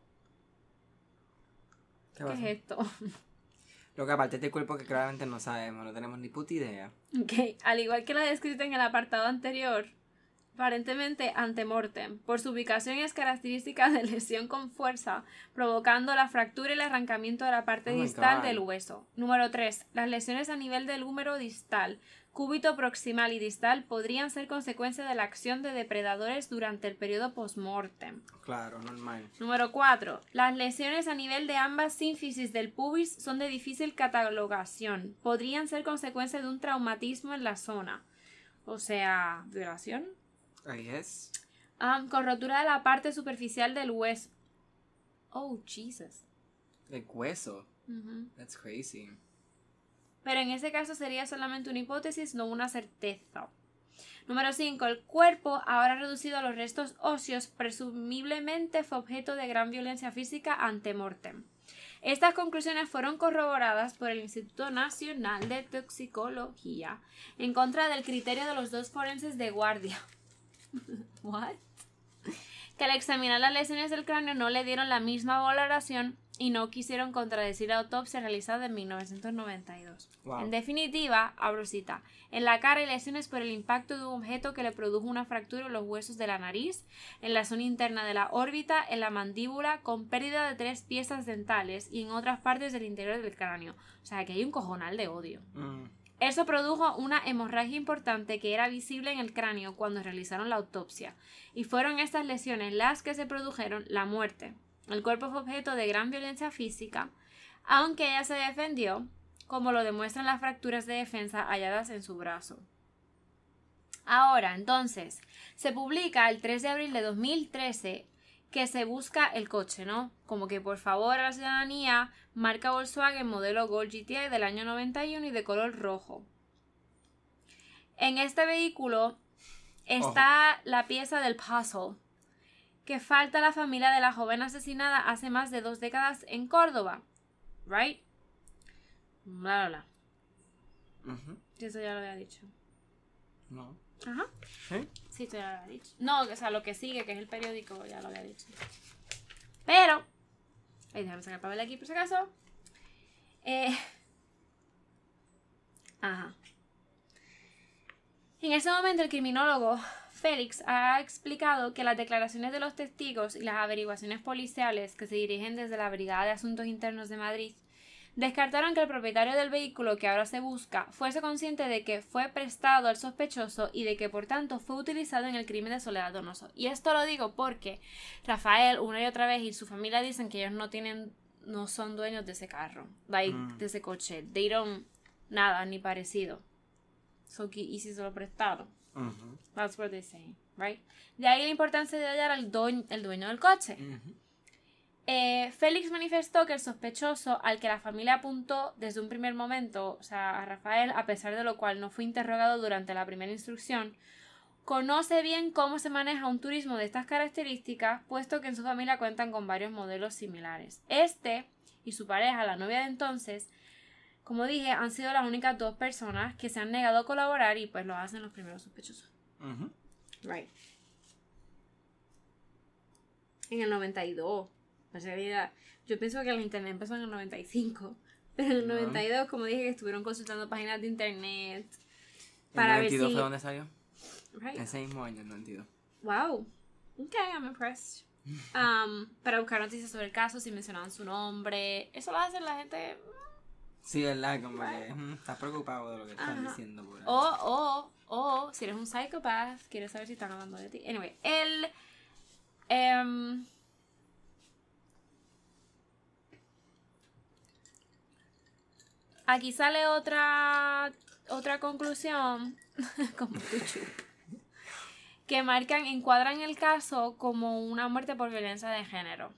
¿Qué es esto? Lo que aparte del cuerpo que claramente no sabemos, no tenemos ni puta idea. Ok, al igual que la descrita en el apartado anterior, aparentemente antemortem, por su ubicación y las características de lesión con fuerza, provocando la fractura y el arrancamiento de la parte distal del hueso. Número 3. Las lesiones a nivel del húmero distal, cúbito proximal y distal podrían ser consecuencia de la acción de depredadores durante el periodo postmortem. Claro, normal. Número 4. Las lesiones a nivel de ambas sínfisis del pubis son de difícil catalogación. Podrían ser consecuencia de un traumatismo en la zona. O sea, violación. Ahí es. Con rotura de la parte superficial del hueso. Oh, Jesus. El hueso. That's crazy. Pero en ese caso sería solamente una hipótesis, no una certeza. Número 5. El cuerpo, ahora reducido a los restos óseos, presumiblemente fue objeto de gran violencia física antemortem. Estas conclusiones fueron corroboradas por el Instituto Nacional de Toxicología en contra del criterio de los dos forenses de guardia. What? Que al examinar las lesiones del cráneo no le dieron la misma valoración y no quisieron contradecir la autopsia realizada en 1992. Wow. En definitiva, abro cita, en la cara hay lesiones por el impacto de un objeto que le produjo una fractura en los huesos de la nariz, en la zona interna de la órbita, en la mandíbula, con pérdida de 3 piezas dentales y en otras partes del interior del cráneo. O sea, que hay un cojonal de odio. Eso produjo una hemorragia importante que era visible en el cráneo cuando realizaron la autopsia, y fueron estas lesiones las que se produjeron la muerte. El cuerpo fue objeto de gran violencia física, aunque ella se defendió, como lo demuestran las fracturas de defensa halladas en su brazo. Ahora, entonces, se publica el 3 de abril de 2013 que se busca el coche, ¿no? Como que por favor a la ciudadanía, marca Volkswagen modelo Gol GTI del año 91 y de color rojo. En este vehículo está la pieza del puzzle que falta a la familia de la joven asesinada hace más de 2 décadas en Córdoba. Right? Bla, bla, bla. Eso ya lo había dicho. No. Ajá. ¿Sí? Sí, esto ya lo había dicho. No, o sea, lo que sigue, que es el periódico, ya lo había dicho. Pero, déjame sacar el papel aquí por si acaso. Ajá. En ese momento el criminólogo Félix ha explicado que las declaraciones de los testigos y las averiguaciones policiales que se dirigen desde la Brigada de Asuntos Internos de Madrid descartaron que el propietario del vehículo que ahora se busca fuese consciente de que fue prestado al sospechoso y de que por tanto fue utilizado en el crimen de Soledad Donoso. Y esto lo digo porque Rafael una y otra vez y su familia dicen que ellos no son dueños de ese carro, de ese coche. They don't nada ni parecido. Y si se lo prestaron. That's what they say, right? De ahí la importancia de hallar al el dueño del coche. Félix manifestó que el sospechoso al que la familia apuntó desde un primer momento, o sea, a Rafael, a pesar de lo cual no fue interrogado durante la primera instrucción, conoce bien cómo se maneja un turismo de estas características, puesto que en su familia cuentan con varios modelos similares. Este y su pareja, la novia de entonces, como dije, han sido las únicas 2 personas que se han negado a colaborar y pues lo hacen los primeros sospechosos. Right. En el 92. O sea, yo pienso que el internet empezó en el 95. Pero en el 92, como dije, que estuvieron consultando páginas de internet para ver si... ¿El 92 fue donde salió? Right. Ese mismo año, el 92. Wow. Ok, I'm impressed. para buscar noticias sobre el caso, si mencionaban su nombre. Eso lo hace la gente. Sí, ¿verdad? Como que estás preocupado de lo que están diciendo por ahí. O si eres un psychopath, quieres saber si están hablando de ti. Anyway, aquí sale otra conclusión, como tu que encuadran el caso como una muerte por violencia de género.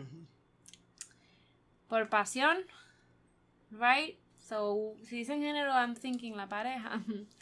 Por pasión, right? So, si dicen género, I'm thinking la pareja.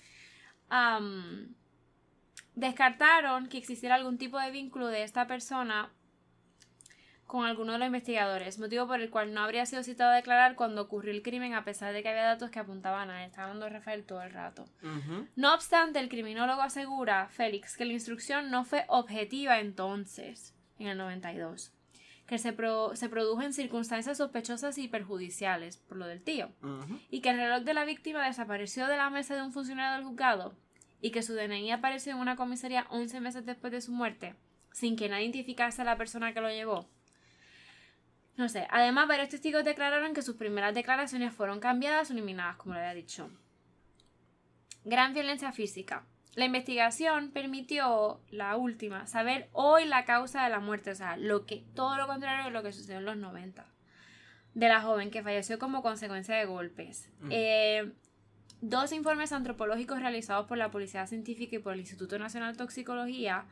Descartaron que existiera algún tipo de vínculo de esta persona con alguno de los investigadores, motivo por el cual no habría sido citado a declarar cuando ocurrió el crimen, a pesar de que había datos que apuntaban a él. Estaba hablando de Rafael todo el rato. No obstante, el criminólogo asegura, Félix, que la instrucción no fue objetiva entonces, en el 92, que se produjo en circunstancias sospechosas y perjudiciales, por lo del tío, y que el reloj de la víctima desapareció de la mesa de un funcionario del juzgado, y que su DNI apareció en una comisaría 11 meses después de su muerte, sin que nadie identificase a la persona que lo llevó. No sé, además varios testigos declararon que sus primeras declaraciones fueron cambiadas o eliminadas, como le había dicho. Gran violencia física. La investigación permitió, la última, saber hoy la causa de la muerte, o sea, todo lo contrario de lo que sucedió en los 90, de la joven que falleció como consecuencia de golpes. 2 informes antropológicos realizados por la Policía Científica y por el Instituto Nacional de Toxicología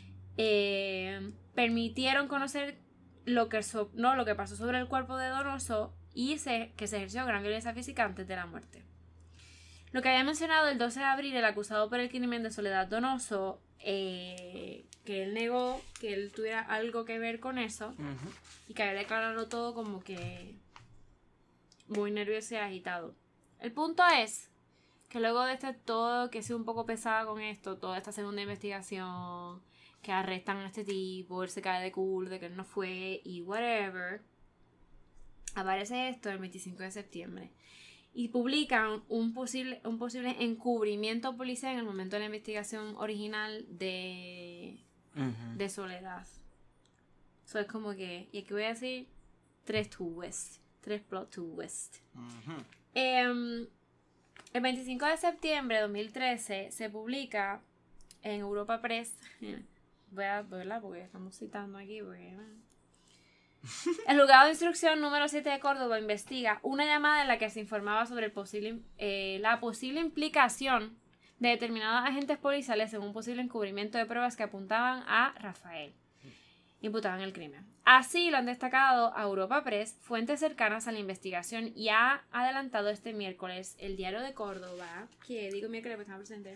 permitieron conocer lo que pasó sobre el cuerpo de Donoso y que se ejerció gran violencia física antes de la muerte. Lo que había mencionado el 12 de abril, el acusado por el crimen de Soledad Donoso, que él negó que él tuviera algo que ver con eso y que había declarado todo como que muy nervioso y agitado. El punto es que luego de todo, que sea un poco pesada con esto, toda esta segunda investigación, que arrestan a este tipo, él se cae de culo de que él no fue y whatever, aparece esto el 25 de septiembre y publican un posible encubrimiento policial en el momento de la investigación original de Soledad. Eso es como que, y aquí voy a decir 3 plot twists. El 25 de septiembre de 2013 se publica en Europa Press. Voy a verla porque estamos citando aquí. El juzgado de instrucción número 7 de Córdoba investiga una llamada en la que se informaba sobre la posible implicación de determinados agentes policiales en un posible encubrimiento de pruebas que apuntaban a Rafael, imputado en el crimen. Así lo han destacado a Europa Press, fuentes cercanas a la investigación, y ha adelantado este miércoles el Diario de Córdoba, que digo miércoles porque está presente,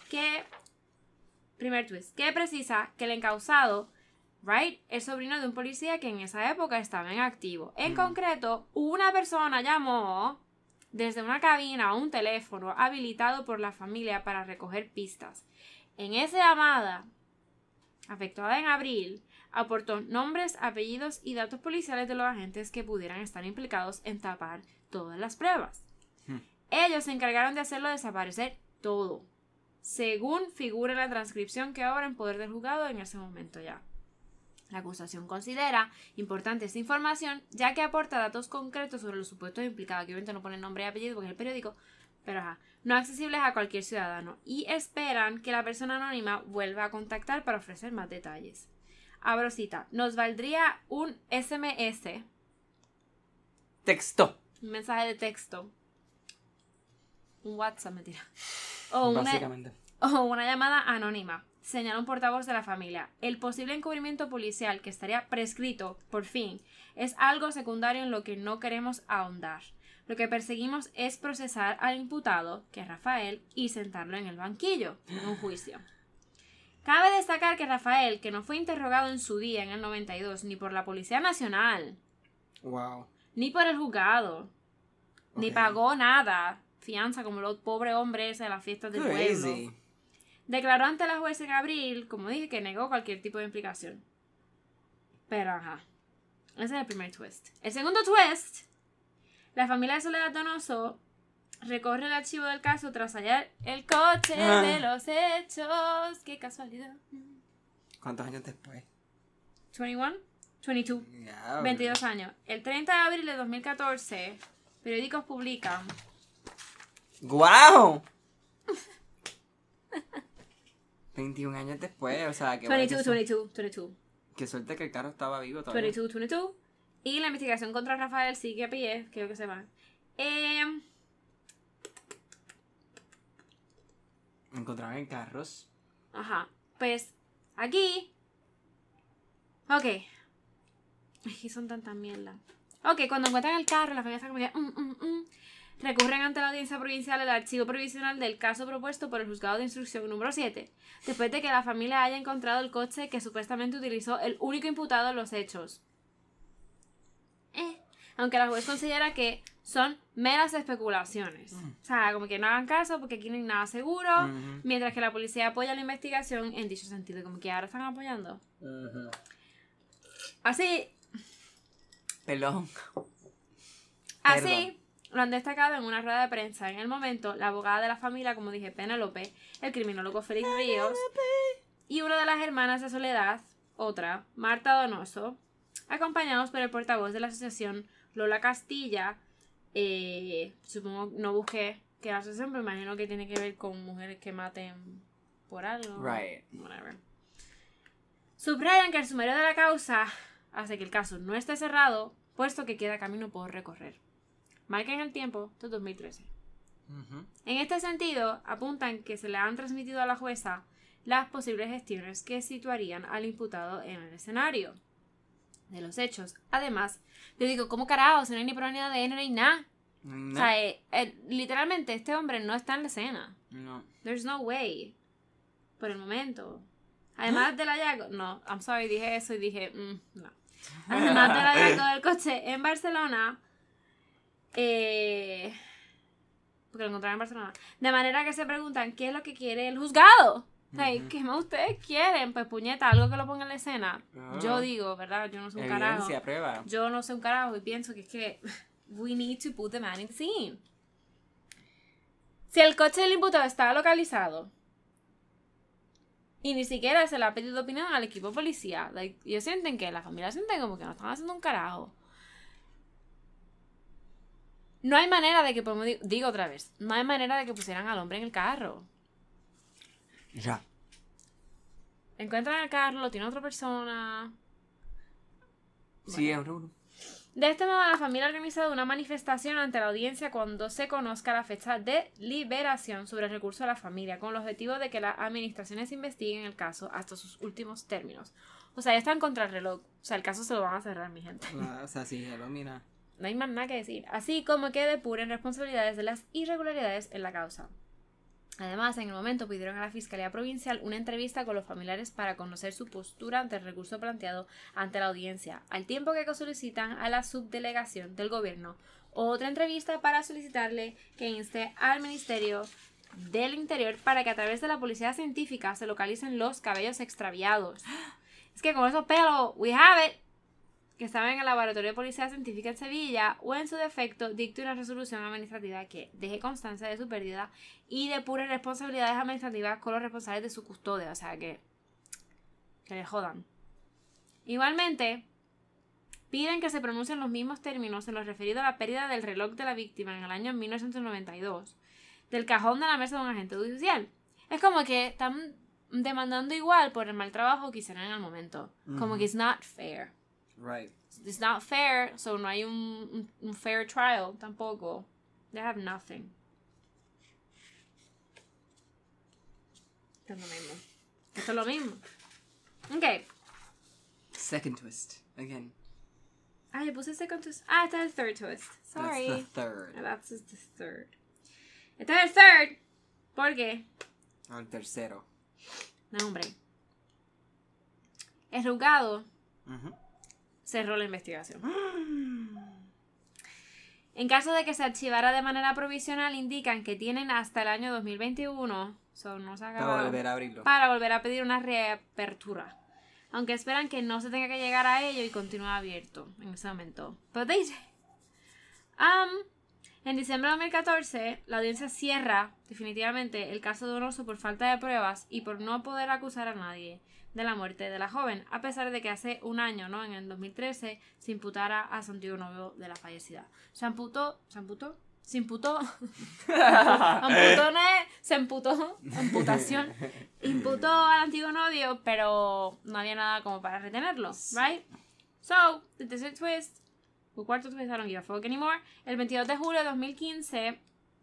primer twist, que precisa que el encausado, right, es sobrino de un policía que en esa época estaba en activo. En concreto, una persona llamó desde una cabina a un teléfono habilitado por la familia para recoger pistas. En esa llamada, efectuada en abril, aportó nombres, apellidos y datos policiales de los agentes que pudieran estar implicados en tapar todas las pruebas. Ellos se encargaron de hacerlo desaparecer todo, según figura en la transcripción que obra en poder del juzgado en ese momento ya. La acusación considera importante esta información, ya que aporta datos concretos sobre los supuestos implicados, que obviamente no ponen nombre y apellido porque es el periódico, pero no accesibles a cualquier ciudadano, y esperan que la persona anónima vuelva a contactar para ofrecer más detalles. Abro cita. Nos valdría un SMS. Texto. Un mensaje de texto. Un WhatsApp, mentira. Básicamente. O una llamada anónima, señala un portavoz de la familia. El posible encubrimiento policial que estaría prescrito, por fin, es algo secundario en lo que no queremos ahondar. Lo que perseguimos es procesar al imputado, que es Rafael, y sentarlo en el banquillo, en un juicio. Cabe destacar que Rafael, que no fue interrogado en su día, en el 92, ni por la Policía Nacional, ni por el juzgado, ni pagó nada, fianza como el pobre hombre ese de las fiestas del pueblo, declaró ante la jueza en abril, como dije, que negó cualquier tipo de implicación. Pero ese es el primer twist. El segundo twist, la familia de Soledad Donoso recorre el archivo del caso tras hallar el coche de los hechos. ¡Qué casualidad! ¿Cuántos años después? 21, 22, Yeah, 22 años. El 30 de abril de 2014, periódicos publican. ¡Guau! 21 años después, o sea, que 22. Qué suerte que el carro estaba vivo todavía. 22. Y la investigación contra Rafael sigue a pie, creo que se va. Encontraron en carros. Ajá. Pues, aquí. Ok. Aquí son tantas mierdas. Ok, cuando encuentran el carro, la familia está como que. Recurren ante la audiencia provincial el archivo provisional del caso propuesto por el juzgado de instrucción número 7, después de que la familia haya encontrado el coche que supuestamente utilizó el único imputado en los hechos. Aunque la juez considera que son meras especulaciones. O sea, como que no hagan caso porque aquí no hay nada seguro, mientras que la policía apoya la investigación en dicho sentido, como que ahora están apoyando. Así. Perdón. Así lo han destacado en una rueda de prensa. En el momento, la abogada de la familia, como dije, Penélope, el criminólogo Félix Ríos y una de las hermanas de Soledad, otra, Marta Donoso, acompañados por el portavoz de la asociación Lola Castilla. Supongo, no busqué qué asociación, pero imagino que tiene que ver con mujeres que maten por algo. Right. Whatever. Subrayan que el sumario de la causa hace que el caso no esté cerrado, puesto que queda camino por recorrer. Marquen el tiempo de 2013. En este sentido, apuntan que se le han transmitido a la jueza las posibles gestiones que situarían al imputado en el escenario de los hechos. Además, yo digo, ¿cómo carajo? Si no hay ni prueba ni ADN, no hay nada. No. O sea, literalmente este hombre no está en la escena. No. There's no way. Por el momento. Además del hallazgo... No, I'm sorry, dije eso y dije... no. Además del hallazgo del coche en Barcelona... porque lo encontraron en Barcelona. De manera que se preguntan ¿qué es lo que quiere el juzgado? ¿Qué más ustedes quieren? Pues puñeta, algo que lo ponga en la escena. Yo digo, ¿verdad? Yo no sé un carajo. Prueba. Yo no sé un carajo y pienso que es que we need to put the man in the scene. Si el coche del imputado está localizado y ni siquiera se le ha pedido opinión al equipo policía, ellos sienten que la familia sienten como que no están haciendo un carajo. No hay manera de que, digo otra vez, no hay manera de que pusieran al hombre en el carro. Ya. Encuentran el carro, lo tiene otra persona. Sí, es uno. De este modo, la familia ha organizado una manifestación ante la audiencia cuando se conozca la fecha de liberación sobre el recurso de la familia, con el objetivo de que las administraciones investiguen el caso hasta sus últimos términos. O sea, ya están contra el reloj. O sea, el caso se lo van a cerrar, mi gente. O sea, sí, ya lo mira. No hay más nada que decir. Así como que depuren responsabilidades de las irregularidades en la causa. Además, en el momento pidieron a la Fiscalía Provincial una entrevista con los familiares para conocer su postura ante el recurso planteado ante la audiencia, al tiempo que solicitan a la subdelegación del gobierno otra entrevista para solicitarle que inste al Ministerio del Interior para que a través de la policía científica se localicen los cabellos extraviados. Es que con esos pelos, we have it, que estaban en el laboratorio de policía científica en Sevilla, o en su defecto dicte una resolución administrativa que deje constancia de su pérdida y depure responsabilidades administrativas con los responsables de su custodia, o sea que le jodan. Igualmente, piden que se pronuncien los mismos términos en lo referido a la pérdida del reloj de la víctima en el año 1992 del cajón de la mesa de un agente judicial. Es como que están demandando igual por el mal trabajo que hicieron en el momento. Como que it's not fair. Right. It's not fair, so no hay un fair trial tampoco. They have nothing. Esto es lo mismo. Esto es lo mismo. Ok. Second twist. Again. Ah, yo puse second twist. Ah, este es el third twist. Sorry. That's the third. That's the third. Este es el third. ¿Por qué? El tercero. No, hombre. El juzgado cerró la investigación. En caso de que se archivara de manera provisional, indican que tienen hasta el año 2021, no se ha acabado, para volver a abrirlo. Para volver a pedir una reapertura. Aunque esperan que no se tenga que llegar a ello y continúe abierto en ese momento. But they say, En diciembre de 2014, la audiencia cierra definitivamente el caso de Donoso por falta de pruebas y por no poder acusar a nadie de la muerte de la joven, a pesar de que hace un año, ¿no? En el 2013, se imputara a su antiguo novio de la fallecida. Se imputó, amputación, imputó al antiguo novio, pero no había nada como para retenerlo, right? So, the third twist, o cuarto twist, I don't give a fuck anymore. El 22 de julio de 2015,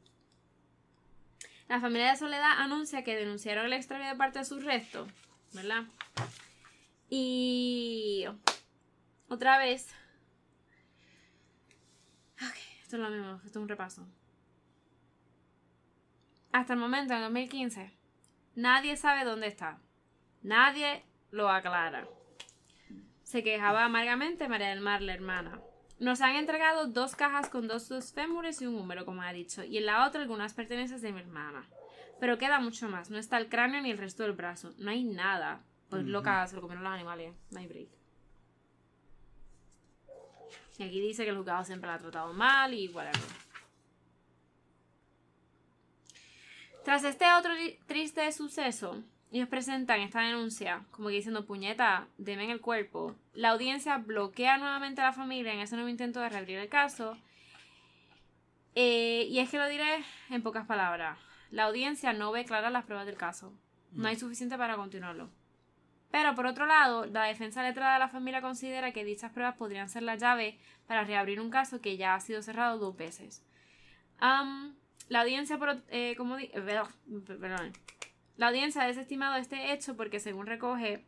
la familia de Soledad anuncia que denunciaron el extravío de parte de sus restos, ¿verdad? Y otra vez, ok, esto es lo mismo, esto es un repaso. Hasta el momento, en 2015, nadie sabe dónde está. Nadie lo aclara. Se quejaba amargamente María del Mar, la hermana. Nos han entregado 2 cajas con 2 fémures y un húmero, como ha dicho, y en la otra algunas pertenencias de mi hermana. Pero queda mucho más. No está el cráneo ni el resto del brazo. No hay nada. Pues loca, se lo comieron los animales. No hay break. Y aquí dice que el juzgado siempre la ha tratado mal y whatever. Tras este otro triste suceso, ellos presentan esta denuncia como que diciendo, puñeta, deme en el cuerpo. La audiencia bloquea nuevamente a la familia en ese nuevo intento de reabrir el caso. Y es que lo diré en pocas palabras. La audiencia no ve claras las pruebas del caso. No hay suficiente para continuarlo. Pero por otro lado, la defensa letrada de la familia considera que dichas pruebas podrían ser la llave para reabrir un caso que ya ha sido cerrado 2 veces. La audiencia, la audiencia ha desestimado este hecho porque según recoge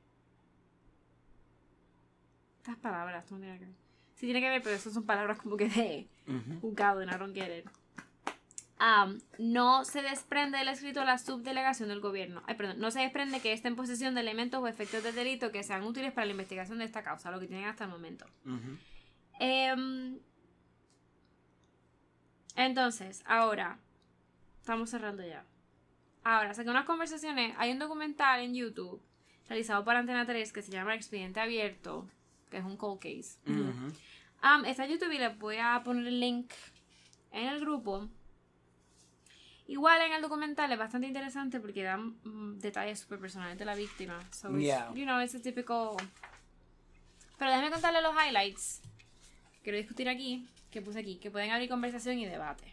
estas palabras, no tiene que ver. Sí tiene que ver, pero esas son palabras como que de juzgado, and I don't get it. No se desprende del escrito la subdelegación del gobierno. No se desprende que esté en posesión de elementos o efectos del delito que sean útiles para la investigación de esta causa, lo que tienen hasta el momento. Entonces, ahora, estamos cerrando ya. Ahora, saqué unas conversaciones. Hay un documental en YouTube realizado por Antena 3 que se llama Expediente Abierto, que es un cold case. Está en YouTube y les voy a poner el link en el grupo. Igual en el documental es bastante interesante porque dan detalles súper personales de la víctima. So, you know, it's a typical... Pero déjenme contarles los highlights que quiero discutir aquí, que puse aquí, que pueden abrir conversación y debate.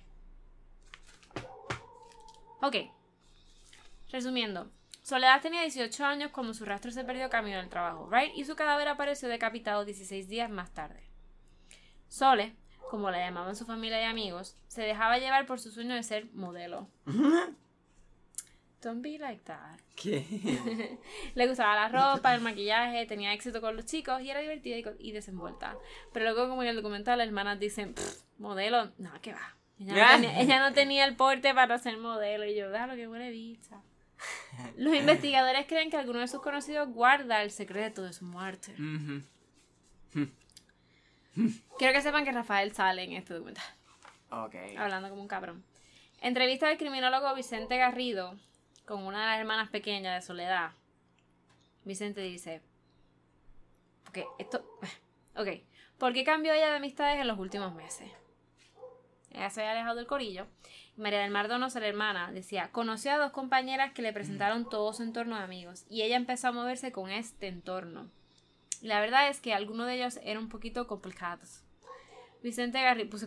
Ok. Resumiendo. Soledad tenía 18 años cuando su rastro se perdió camino al trabajo, right? Y su cadáver apareció decapitado 16 días más tarde. Sole, como la llamaban su familia y amigos, se dejaba llevar por su sueño de ser modelo. Don't be like that. ¿Qué? Le gustaba la ropa, el maquillaje, tenía éxito con los chicos y era divertida y desenvuelta. Pero luego, como en el documental, las hermanas dicen, modelo, no, ¿qué va? Ella no tenía el porte para ser modelo. Y yo, lo que huele bicha. Los investigadores creen que alguno de sus conocidos guarda el secreto de su muerte. Quiero que sepan que Rafael sale en este documental. Okay. Hablando como un cabrón. Entrevista del criminólogo Vicente Garrido con una de las hermanas pequeñas de Soledad. Vicente dice: ¿por qué cambió ella de amistades en los últimos meses? Ella se había alejado del corillo. María del Mar Donoso, la hermana, decía: conoció a 2 compañeras que le presentaron todo su entorno de amigos y ella empezó a moverse con este entorno. Y la verdad es que algunos de ellos eran un poquito complicados. Vicente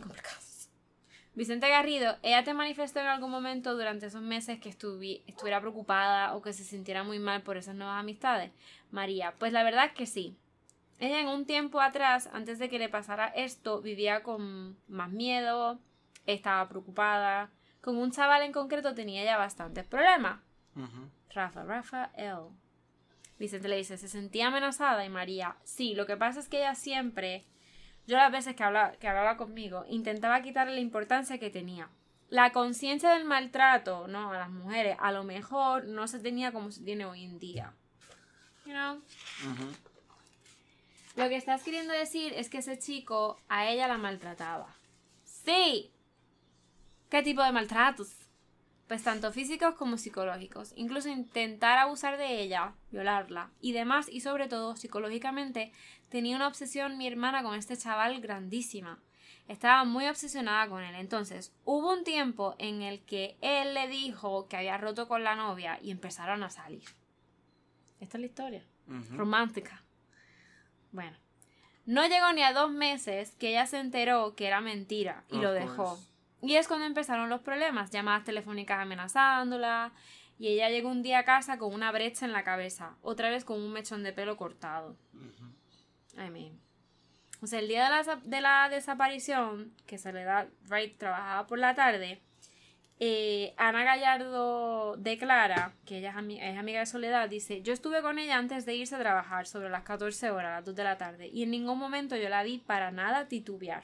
Garrido, ella te manifestó en algún momento durante esos meses que estuviera preocupada o que se sintiera muy mal por esas nuevas amistades. María, pues la verdad es que sí. Ella en un tiempo atrás, antes de que le pasara esto, vivía con más miedo, estaba preocupada. Con un chaval en concreto tenía ya bastantes problemas. Rafael. Vicente le dice, se sentía amenazada y María, sí, lo que pasa es que ella siempre, yo las veces que hablaba conmigo, intentaba quitarle la importancia que tenía. La conciencia del maltrato, ¿no? A las mujeres, a lo mejor no se tenía como se tiene hoy en día. You know? Lo que estás queriendo decir es que ese chico a ella la maltrataba. Sí. ¿Qué tipo de maltratos? Pues tanto físicos como psicológicos. Incluso intentar abusar de ella, violarla y demás. Y sobre todo, psicológicamente, tenía una obsesión mi hermana con este chaval grandísima. Estaba muy obsesionada con él. Entonces, hubo un tiempo en el que él le dijo que había roto con la novia y empezaron a salir. Esta es la historia. Romántica. Bueno. No llegó ni a 2 meses que ella se enteró que era mentira y lo dejó. Y es cuando empezaron los problemas. Llamadas telefónicas amenazándola. Y ella llegó un día a casa con una brecha en la cabeza. Otra vez con un mechón de pelo cortado. I mean. O sea, el día de la desaparición, que Soledad Wright trabajaba por la tarde, Ana Gallardo declara, que ella es amiga de Soledad, dice: yo estuve con ella antes de irse a trabajar sobre las 14 horas, a las 2 de la tarde, y en ningún momento yo la vi para nada titubear.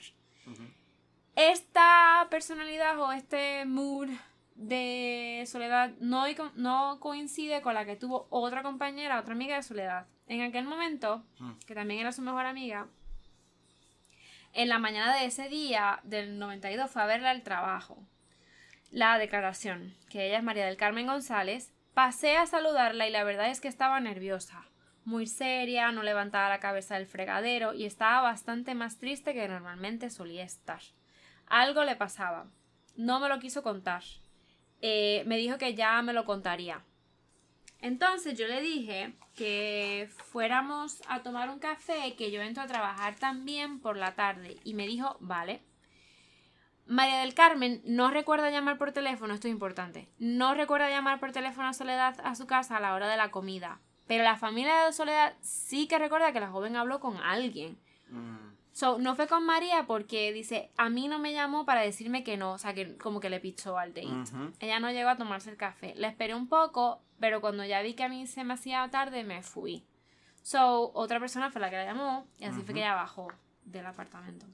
Esta personalidad o este mood de Soledad no coincide con la que tuvo otra compañera, otra amiga de Soledad. En aquel momento, que también era su mejor amiga, en la mañana de ese día, del 92, fue a verla al trabajo. La declaración, que ella es María del Carmen González, pasé a saludarla y la verdad es que estaba nerviosa, muy seria, no levantaba la cabeza del fregadero y estaba bastante más triste que normalmente solía estar. Algo le pasaba. No me lo quiso contar. Me dijo que ya me lo contaría. Entonces yo le dije que fuéramos a tomar un café, que yo entro a trabajar también por la tarde. Y me dijo, vale. María del Carmen no recuerda llamar por teléfono, esto es importante. No recuerda llamar por teléfono a Soledad a su casa a la hora de la comida. Pero la familia de Soledad sí que recuerda que la joven habló con alguien. So, no fue con María porque dice, a mí no me llamó para decirme que no, o sea, que como que le pichó al date. Ella no llegó a tomarse el café. Le esperé un poco, pero cuando ya vi que a mí se me hacía tarde, me fui. So, otra persona fue la que la llamó y así fue que ella bajó del apartamento.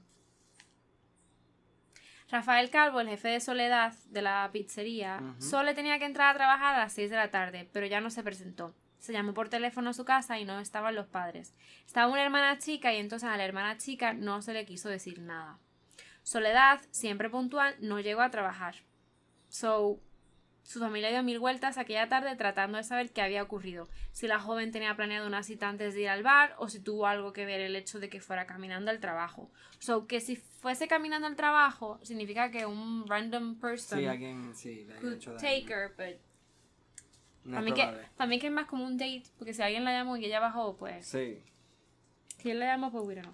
Rafael Calvo, el jefe de Soledad de la pizzería, solo tenía que entrar a trabajar a las 6 de la tarde, pero ya no se presentó. Se llamó por teléfono a su casa y no estaban los padres. Estaba una hermana chica y entonces a la hermana chica no se le quiso decir nada. Soledad, siempre puntual, no llegó a trabajar. So, su familia dio 1000 vueltas aquella tarde tratando de saber qué había ocurrido. Si la joven tenía planeado una cita antes de ir al bar o si tuvo algo que ver el hecho de que fuera caminando al trabajo. So, que si fuese caminando al trabajo significa que un random person could take her, but para mí que es más como un date, porque si alguien la llamó y ella bajó, pues... Sí. Si él la llamó, pues bueno.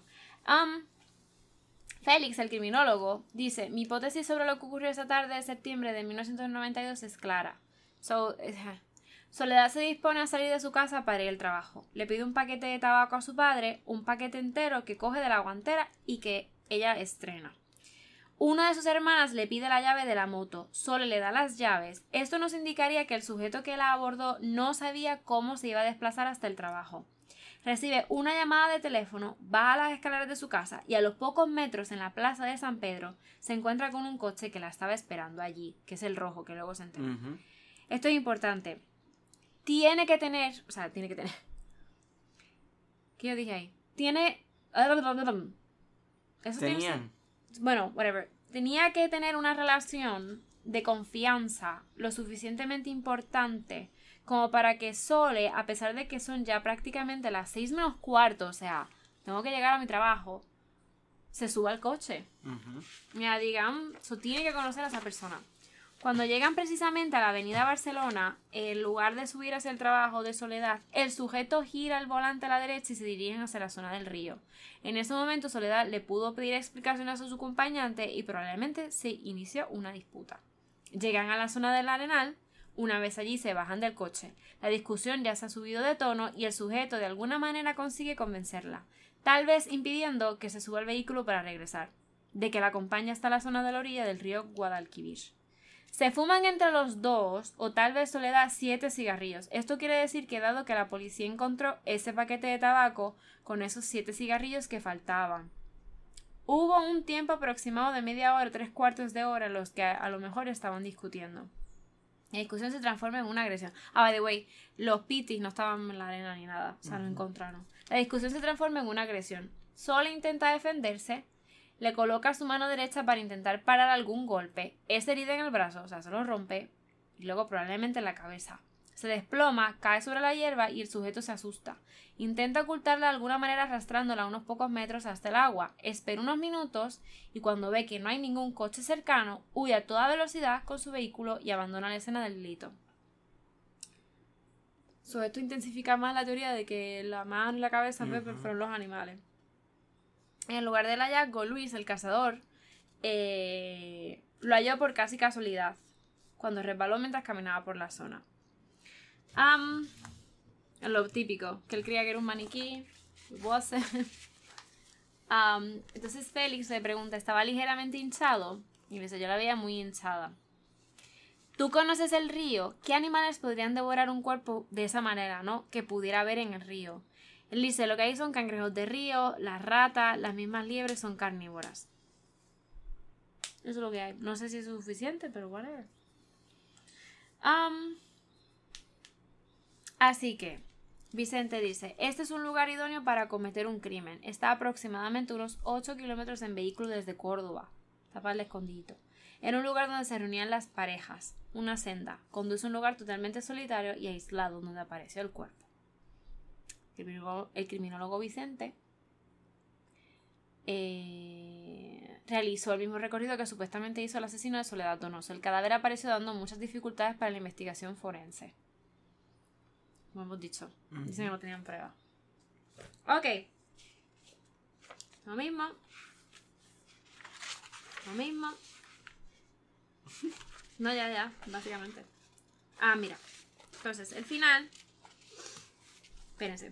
Félix, el criminólogo, dice: mi hipótesis sobre lo que ocurrió esa tarde de septiembre de 1992 es clara. Soledad se dispone a salir de su casa para ir al trabajo. Le pide un paquete de tabaco a su padre, un paquete entero que coge de la guantera y que ella estrena. Una de sus hermanas le pide la llave de la moto, solo le da las llaves. Esto nos indicaría que el sujeto que la abordó no sabía cómo se iba a desplazar hasta el trabajo. Recibe una llamada de teléfono, baja las escaleras de su casa y a los pocos metros en la plaza de San Pedro se encuentra con un coche que la estaba esperando allí, que es el rojo, que luego se entera. Esto es importante. Tiene que tener... ¿Qué yo dije ahí? Tenía que tener una relación de confianza lo suficientemente importante como para que Sole, a pesar de que son ya prácticamente las 6 menos cuarto, o sea, tengo que llegar a mi trabajo, se suba al coche. Mira, digan, tiene que conocer a esa persona. Cuando llegan precisamente a la avenida Barcelona, en lugar de subir hacia el trabajo de Soledad, el sujeto gira el volante a la derecha y se dirigen hacia la zona del río. En ese momento Soledad le pudo pedir explicaciones a su acompañante y probablemente se inició una disputa. Llegan a la zona del Arenal. Una vez allí se bajan del coche. La discusión ya se ha subido de tono y el sujeto de alguna manera consigue convencerla, tal vez impidiendo que se suba al vehículo para regresar, de que la acompaña hasta la zona de la orilla del río Guadalquivir. Se fuman entre los dos, o tal vez Soledad, 7 cigarrillos. Esto quiere decir que dado que la policía encontró ese paquete de tabaco con esos 7 cigarrillos que faltaban. Hubo un tiempo aproximado de media hora, 3/4 de hora en los que a lo mejor estaban discutiendo. La discusión se transforma en una agresión. By the way, los pitis no estaban en la arena ni nada, o sea, no encontraron. La discusión se transforma en una agresión. Sole intenta defenderse, le coloca su mano derecha para intentar parar algún golpe. Es herida en el brazo, o sea, se lo rompe, y luego probablemente en la cabeza. Se desploma, cae sobre la hierba y el sujeto se asusta. Intenta ocultarla de alguna manera arrastrándola unos pocos metros hasta el agua. Espera unos minutos y cuando ve que no hay ningún coche cercano, huye a toda velocidad con su vehículo y abandona la escena del delito. Esto intensifica más la teoría de que la mano y la cabeza fueron los animales. En el lugar del hallazgo, Luis, el cazador, lo halló por casi casualidad, cuando resbaló mientras caminaba por la zona. Lo típico, que él creía que era un maniquí. Entonces Félix le pregunta, ¿estaba ligeramente hinchado? Y le dice, yo la veía muy hinchada. ¿Tú conoces el río? ¿Qué animales podrían devorar un cuerpo de esa manera, no? Que pudiera haber en el río. Él dice, lo que hay son cangrejos de río, las ratas, las mismas liebres son carnívoras. Eso es lo que hay. No sé si es suficiente, pero whatever. Así que, Vicente dice, este es un lugar idóneo para cometer un crimen. Está aproximadamente unos 8 kilómetros en vehículo desde Córdoba. Está para el escondito. Era un lugar donde se reunían las parejas. Una senda. Conduce a un lugar totalmente solitario y aislado donde apareció el cuerpo. El criminólogo Vicente realizó el mismo recorrido que supuestamente hizo el asesino de Soledad Donoso. El cadáver apareció dando muchas dificultades para la investigación forense. Como hemos dicho. Dicen que no tenían pruebas. Ok. Lo mismo. No, ya, básicamente. Mira. Entonces, el final. Espérense.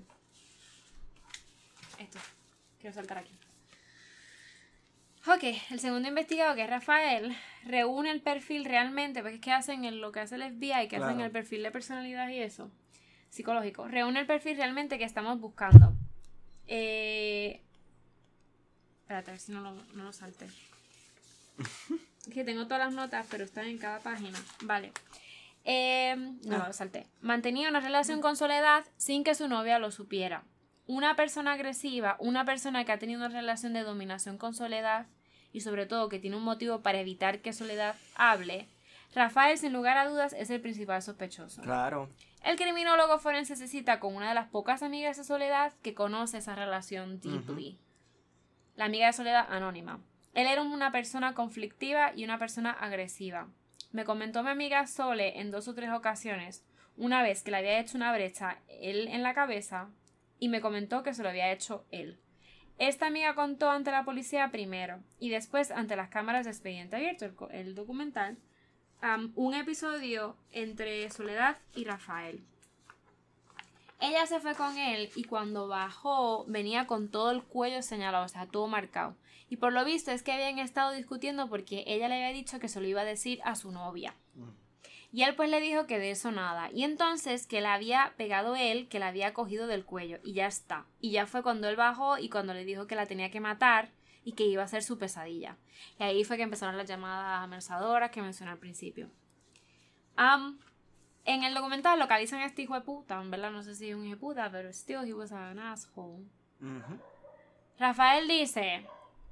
Esto. Quiero saltar aquí. Ok, el segundo investigado, que es Rafael, reúne el perfil realmente, porque es que hacen lo que hace el FBI, que hacen el perfil de personalidad y eso. Psicológico. Reúne el perfil realmente que estamos buscando. Espérate, a ver si no lo salté. Es que tengo todas las notas, pero están en cada página. Vale. No lo salté. Mantenía una relación con Soledad sin que su novia lo supiera. Una persona agresiva, una persona que ha tenido una relación de dominación con Soledad y sobre todo que tiene un motivo para evitar que Soledad hable, Rafael sin lugar a dudas es el principal sospechoso. Claro. El criminólogo forense se cita con una de las pocas amigas de Soledad que conoce esa relación deeply. La amiga de Soledad anónima. Él era una persona conflictiva y una persona agresiva. Me comentó mi amiga Sole en 2 o 3 ocasiones, una vez que le había hecho una brecha él en la cabeza y me comentó que se lo había hecho él. Esta amiga contó ante la policía primero y después ante las cámaras de Expediente Abierto, el documental, un episodio entre Soledad y Rafael. Ella se fue con él y cuando bajó venía con todo el cuello señalado, o sea, todo marcado. Y por lo visto es que habían estado discutiendo porque ella le había dicho que se lo iba a decir a su novia. Y él pues le dijo que de eso nada. Y entonces que la había pegado él, que la había cogido del cuello. Y ya está. Y ya fue cuando él bajó y cuando le dijo que la tenía que matar y que iba a ser su pesadilla. Y ahí fue que empezaron las llamadas amenazadoras que mencioné al principio. En el documental localizan a este hijo de puta. En verdad no sé si es un hijo de puta, pero still he was an asshole. Rafael dice...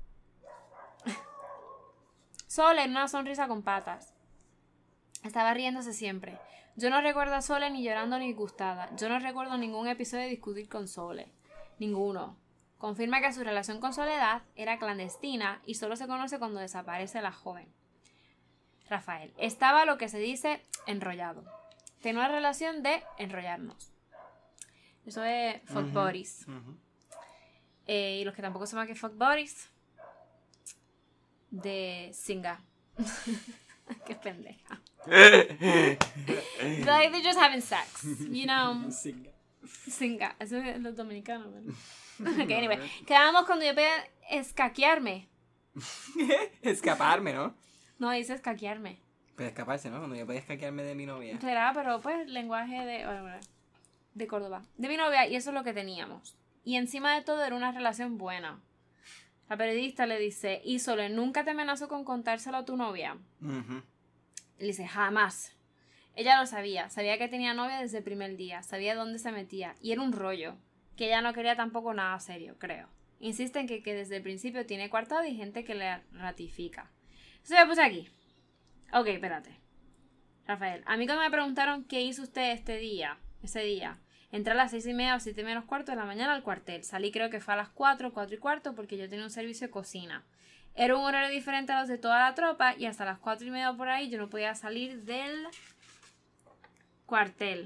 Sole en una sonrisa con patas. Estaba riéndose siempre. Yo no recuerdo a Sole ni llorando ni disgustada. Yo no recuerdo ningún episodio de discutir con Sole. Ninguno. Confirma que su relación con Soledad era clandestina y solo se conoce cuando desaparece la joven. Rafael. Estaba lo que se dice enrollado. Tenía una relación de enrollarnos. Eso es fuck buddies. Y los que tampoco sepan que fuck buddies, de singa. Qué pendeja. Like they're just having sex, you know. Singa. Eso es los dominicanos, ¿verdad? Ok, anyway. Quedábamos cuando yo podía escaquearme. Escaparme, ¿no? No, dice escaquearme. Pues escaparse, ¿no? Cuando yo podía escaquearme de mi novia. Será, pero pues lenguaje de Córdoba. De mi novia, y eso es lo que teníamos. Y encima de todo era una relación buena. La periodista le dice, ¿y Sole nunca te amenazó con contárselo a tu novia? Le dice, jamás. Ella lo sabía. Sabía que tenía novia desde el primer día. Sabía dónde se metía. Y era un rollo. Que ella no quería tampoco nada serio, creo. Insiste en que desde el principio tiene coartada y gente que le ratifica. Eso ya puse aquí. Ok, espérate. Rafael, a mí cuando me preguntaron qué hizo usted ese día, entré a las 6:30 o 7:45 de la mañana al cuartel. Salí creo que fue a las 4:45 porque yo tenía un servicio de cocina. Era un horario diferente a los de toda la tropa y hasta las 4:30 por ahí yo no podía salir del cuartel.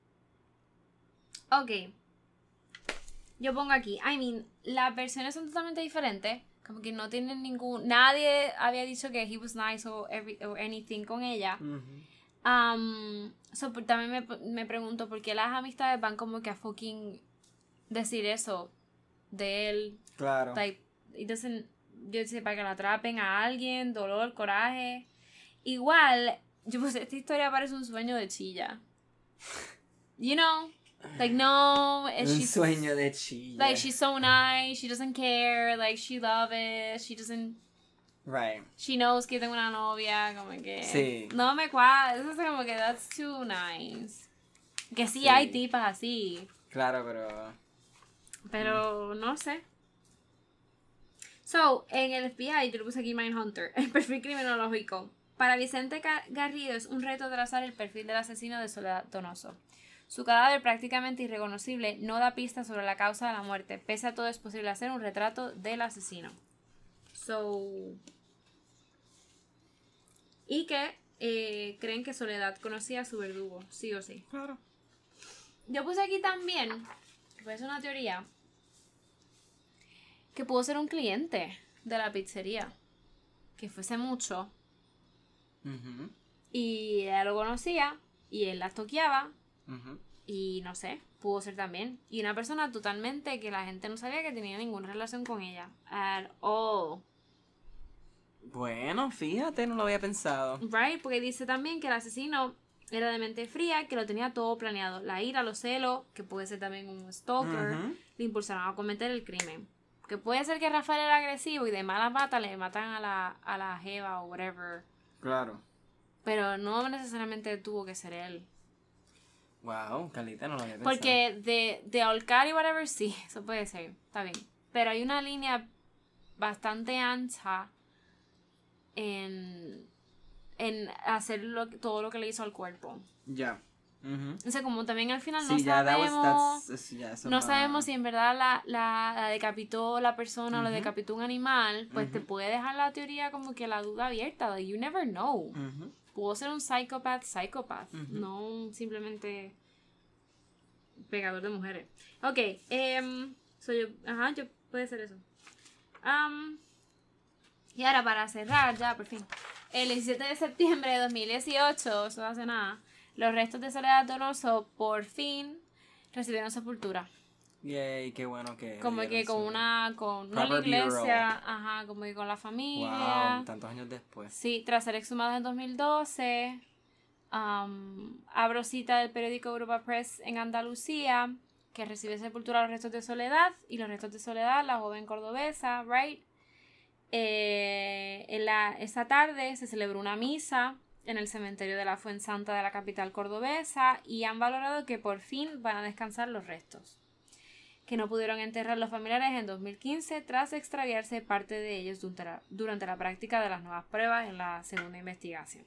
Ok. Yo pongo aquí, las versiones son totalmente diferentes. Como que no tienen nadie había dicho que he was nice or anything con ella. También me pregunto por qué las amistades van como que a fucking decir eso de él. Claro. Like, yo sé, para que la atrapen a alguien, dolor, coraje. Igual, yo pues esta historia parece un sueño de Chilla. You know? Like, no. Un sueño de Chilla. Like, she's so nice, she doesn't care, like, she loves it, she doesn't... Right. She knows que tengo una novia, como que... Sí. No me cuadra, eso es como que that's too nice. Que sí hay tipas así. Claro, pero... Pero, no sé. So, en el FBI, yo le puse aquí Mindhunter, el perfil criminológico. Para Vicente Garrido es un reto trazar el perfil del asesino de Soledad Donoso. Su cadáver, prácticamente irreconocible, no da pistas sobre la causa de la muerte. Pese a todo, es posible hacer un retrato del asesino. Y que creen que Soledad conocía a su verdugo, sí o sí. Claro. Yo puse aquí también, que puede ser una teoría, que pudo ser un cliente de la pizzería. Que fuese mucho. Y ella lo conocía. Y él la toqueaba. Y no sé, pudo ser también. Y una persona totalmente que la gente no sabía que tenía ninguna relación con ella. At all. Bueno, fíjate, no lo había pensado. Right, porque dice también que el asesino era de mente fría, que lo tenía todo planeado. La ira, los celos, que puede ser también un stalker, le impulsaron a cometer el crimen. Que puede ser que Rafael era agresivo y de mala pata le matan a la jeva o whatever. Claro. Pero no necesariamente tuvo que ser él. Wow, Carlita, no lo había pensado. Porque de ahorcar y whatever, sí, eso puede ser, está bien. Pero hay una línea bastante ancha en hacer todo lo que le hizo al cuerpo. Ya. O sea, como también al final Sí, no ya, sabemos, no sabemos si en verdad la decapitó la persona o la decapitó un animal, pues te puede dejar la teoría como que la duda abierta. Like, you never know. Pudo ser un psychopath, no simplemente pegador de mujeres. Ok, yo puede ser eso. Y ahora para cerrar, ya por fin. El 17 de septiembre de 2018, eso no hace nada, los restos de Soledad Donoso por fin recibieron sepultura. Yay, qué bueno que... Como que con no la iglesia, como que con la familia. Wow, tantos años después. Sí, tras ser exhumados en 2012. Abro cita del periódico Europa Press en Andalucía, que recibe sepultura los restos de Soledad, y los restos de Soledad, la joven cordobesa, right? Esa tarde se celebró una misa en el cementerio de la Fuensanta de la capital cordobesa y han valorado que por fin van a descansar los restos, que no pudieron enterrar los familiares en 2015 tras extraviarse parte de ellos durante la práctica de las nuevas pruebas en la segunda investigación.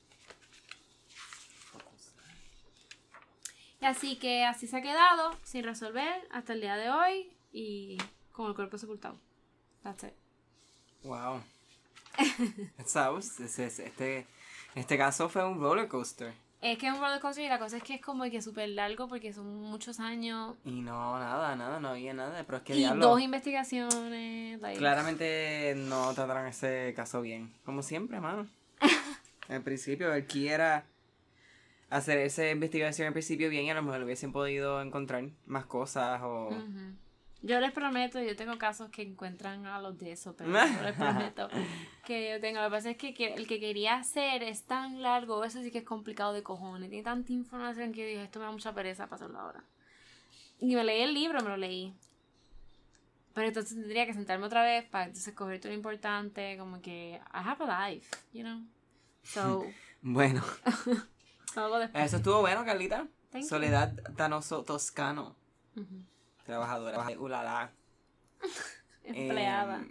Y así se ha quedado sin resolver hasta el día de hoy y con el cuerpo sepultado. That's it. Wow. ¿Sabes? Este caso fue un roller coaster. Es que es un roller coaster y la cosa es que es como que súper largo porque son muchos años. Y no había nada. Pero es que y diablo, 2 investigaciones. Like. Claramente no trataron ese caso bien. Como siempre, mano. Al principio, él quiera hacer esa investigación al principio bien y a lo mejor hubiesen podido encontrar más cosas o... Yo les prometo, yo tengo casos que encuentran a los de eso, pero yo les prometo que yo tengo. Lo que pasa es que el que quería hacer es tan largo, eso sí que es complicado de cojones. Tiene tanta información que yo dije, esto me da mucha pereza pasarlo ahora. Y me leí el libro, me lo leí. Pero entonces tendría que sentarme otra vez para entonces coger todo lo importante, como que I have a life, you know. So, bueno. Eso estuvo bueno, Carlita. Soledad Donoso Toscano. Trabajadora. Ulala. Empleada.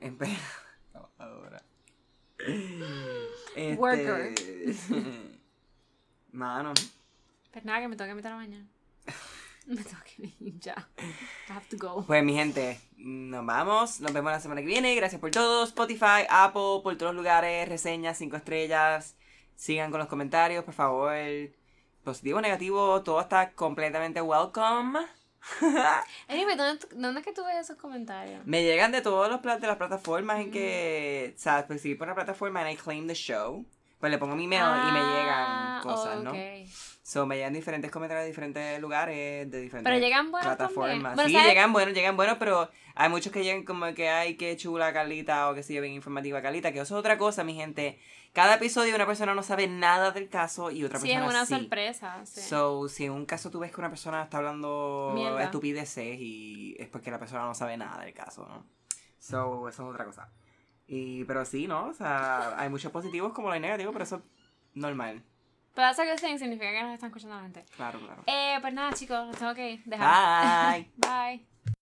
Trabajadora. Worker. Mano. Pues nada, que me tengo que meter a bañar. Me tengo que ir ya. I have to go. Pues mi gente, nos vamos. Nos vemos la semana que viene. Gracias por todo. Spotify, Apple, por todos los lugares. Reseñas, 5 estrellas. Sigan con los comentarios, por favor. Positivo, negativo, todo está completamente welcome. Anyway, ¿dónde es que tú ves esos comentarios? Me llegan de todas de las plataformas en que, o sea, pues si por una plataforma and I claim the show, pues le pongo mi email y me llegan cosas, ¿no? So, me llegan diferentes comentarios de diferentes lugares, de diferentes pero llegan buenos plataformas. también. Sí, Bueno, llegan buenos, pero hay muchos que llegan como que, ay, qué chula Carlita, o que sí, bien informativa Carlita, que eso es otra cosa, mi gente. Cada episodio una persona no sabe nada del caso y otra persona sí. Sí, es una sorpresa, sí. So, si en un caso tú ves que una persona está hablando Mierda. estupideces y es porque la persona no sabe nada del caso, ¿no? So, eso es otra cosa. Pero sí, ¿no? O sea, hay muchos positivos como hay negativos, pero eso es normal. Pero eso que significa que nos están escuchando la gente. Claro, claro. Pues nada, chicos, los tengo que dejar. Bye. Bye.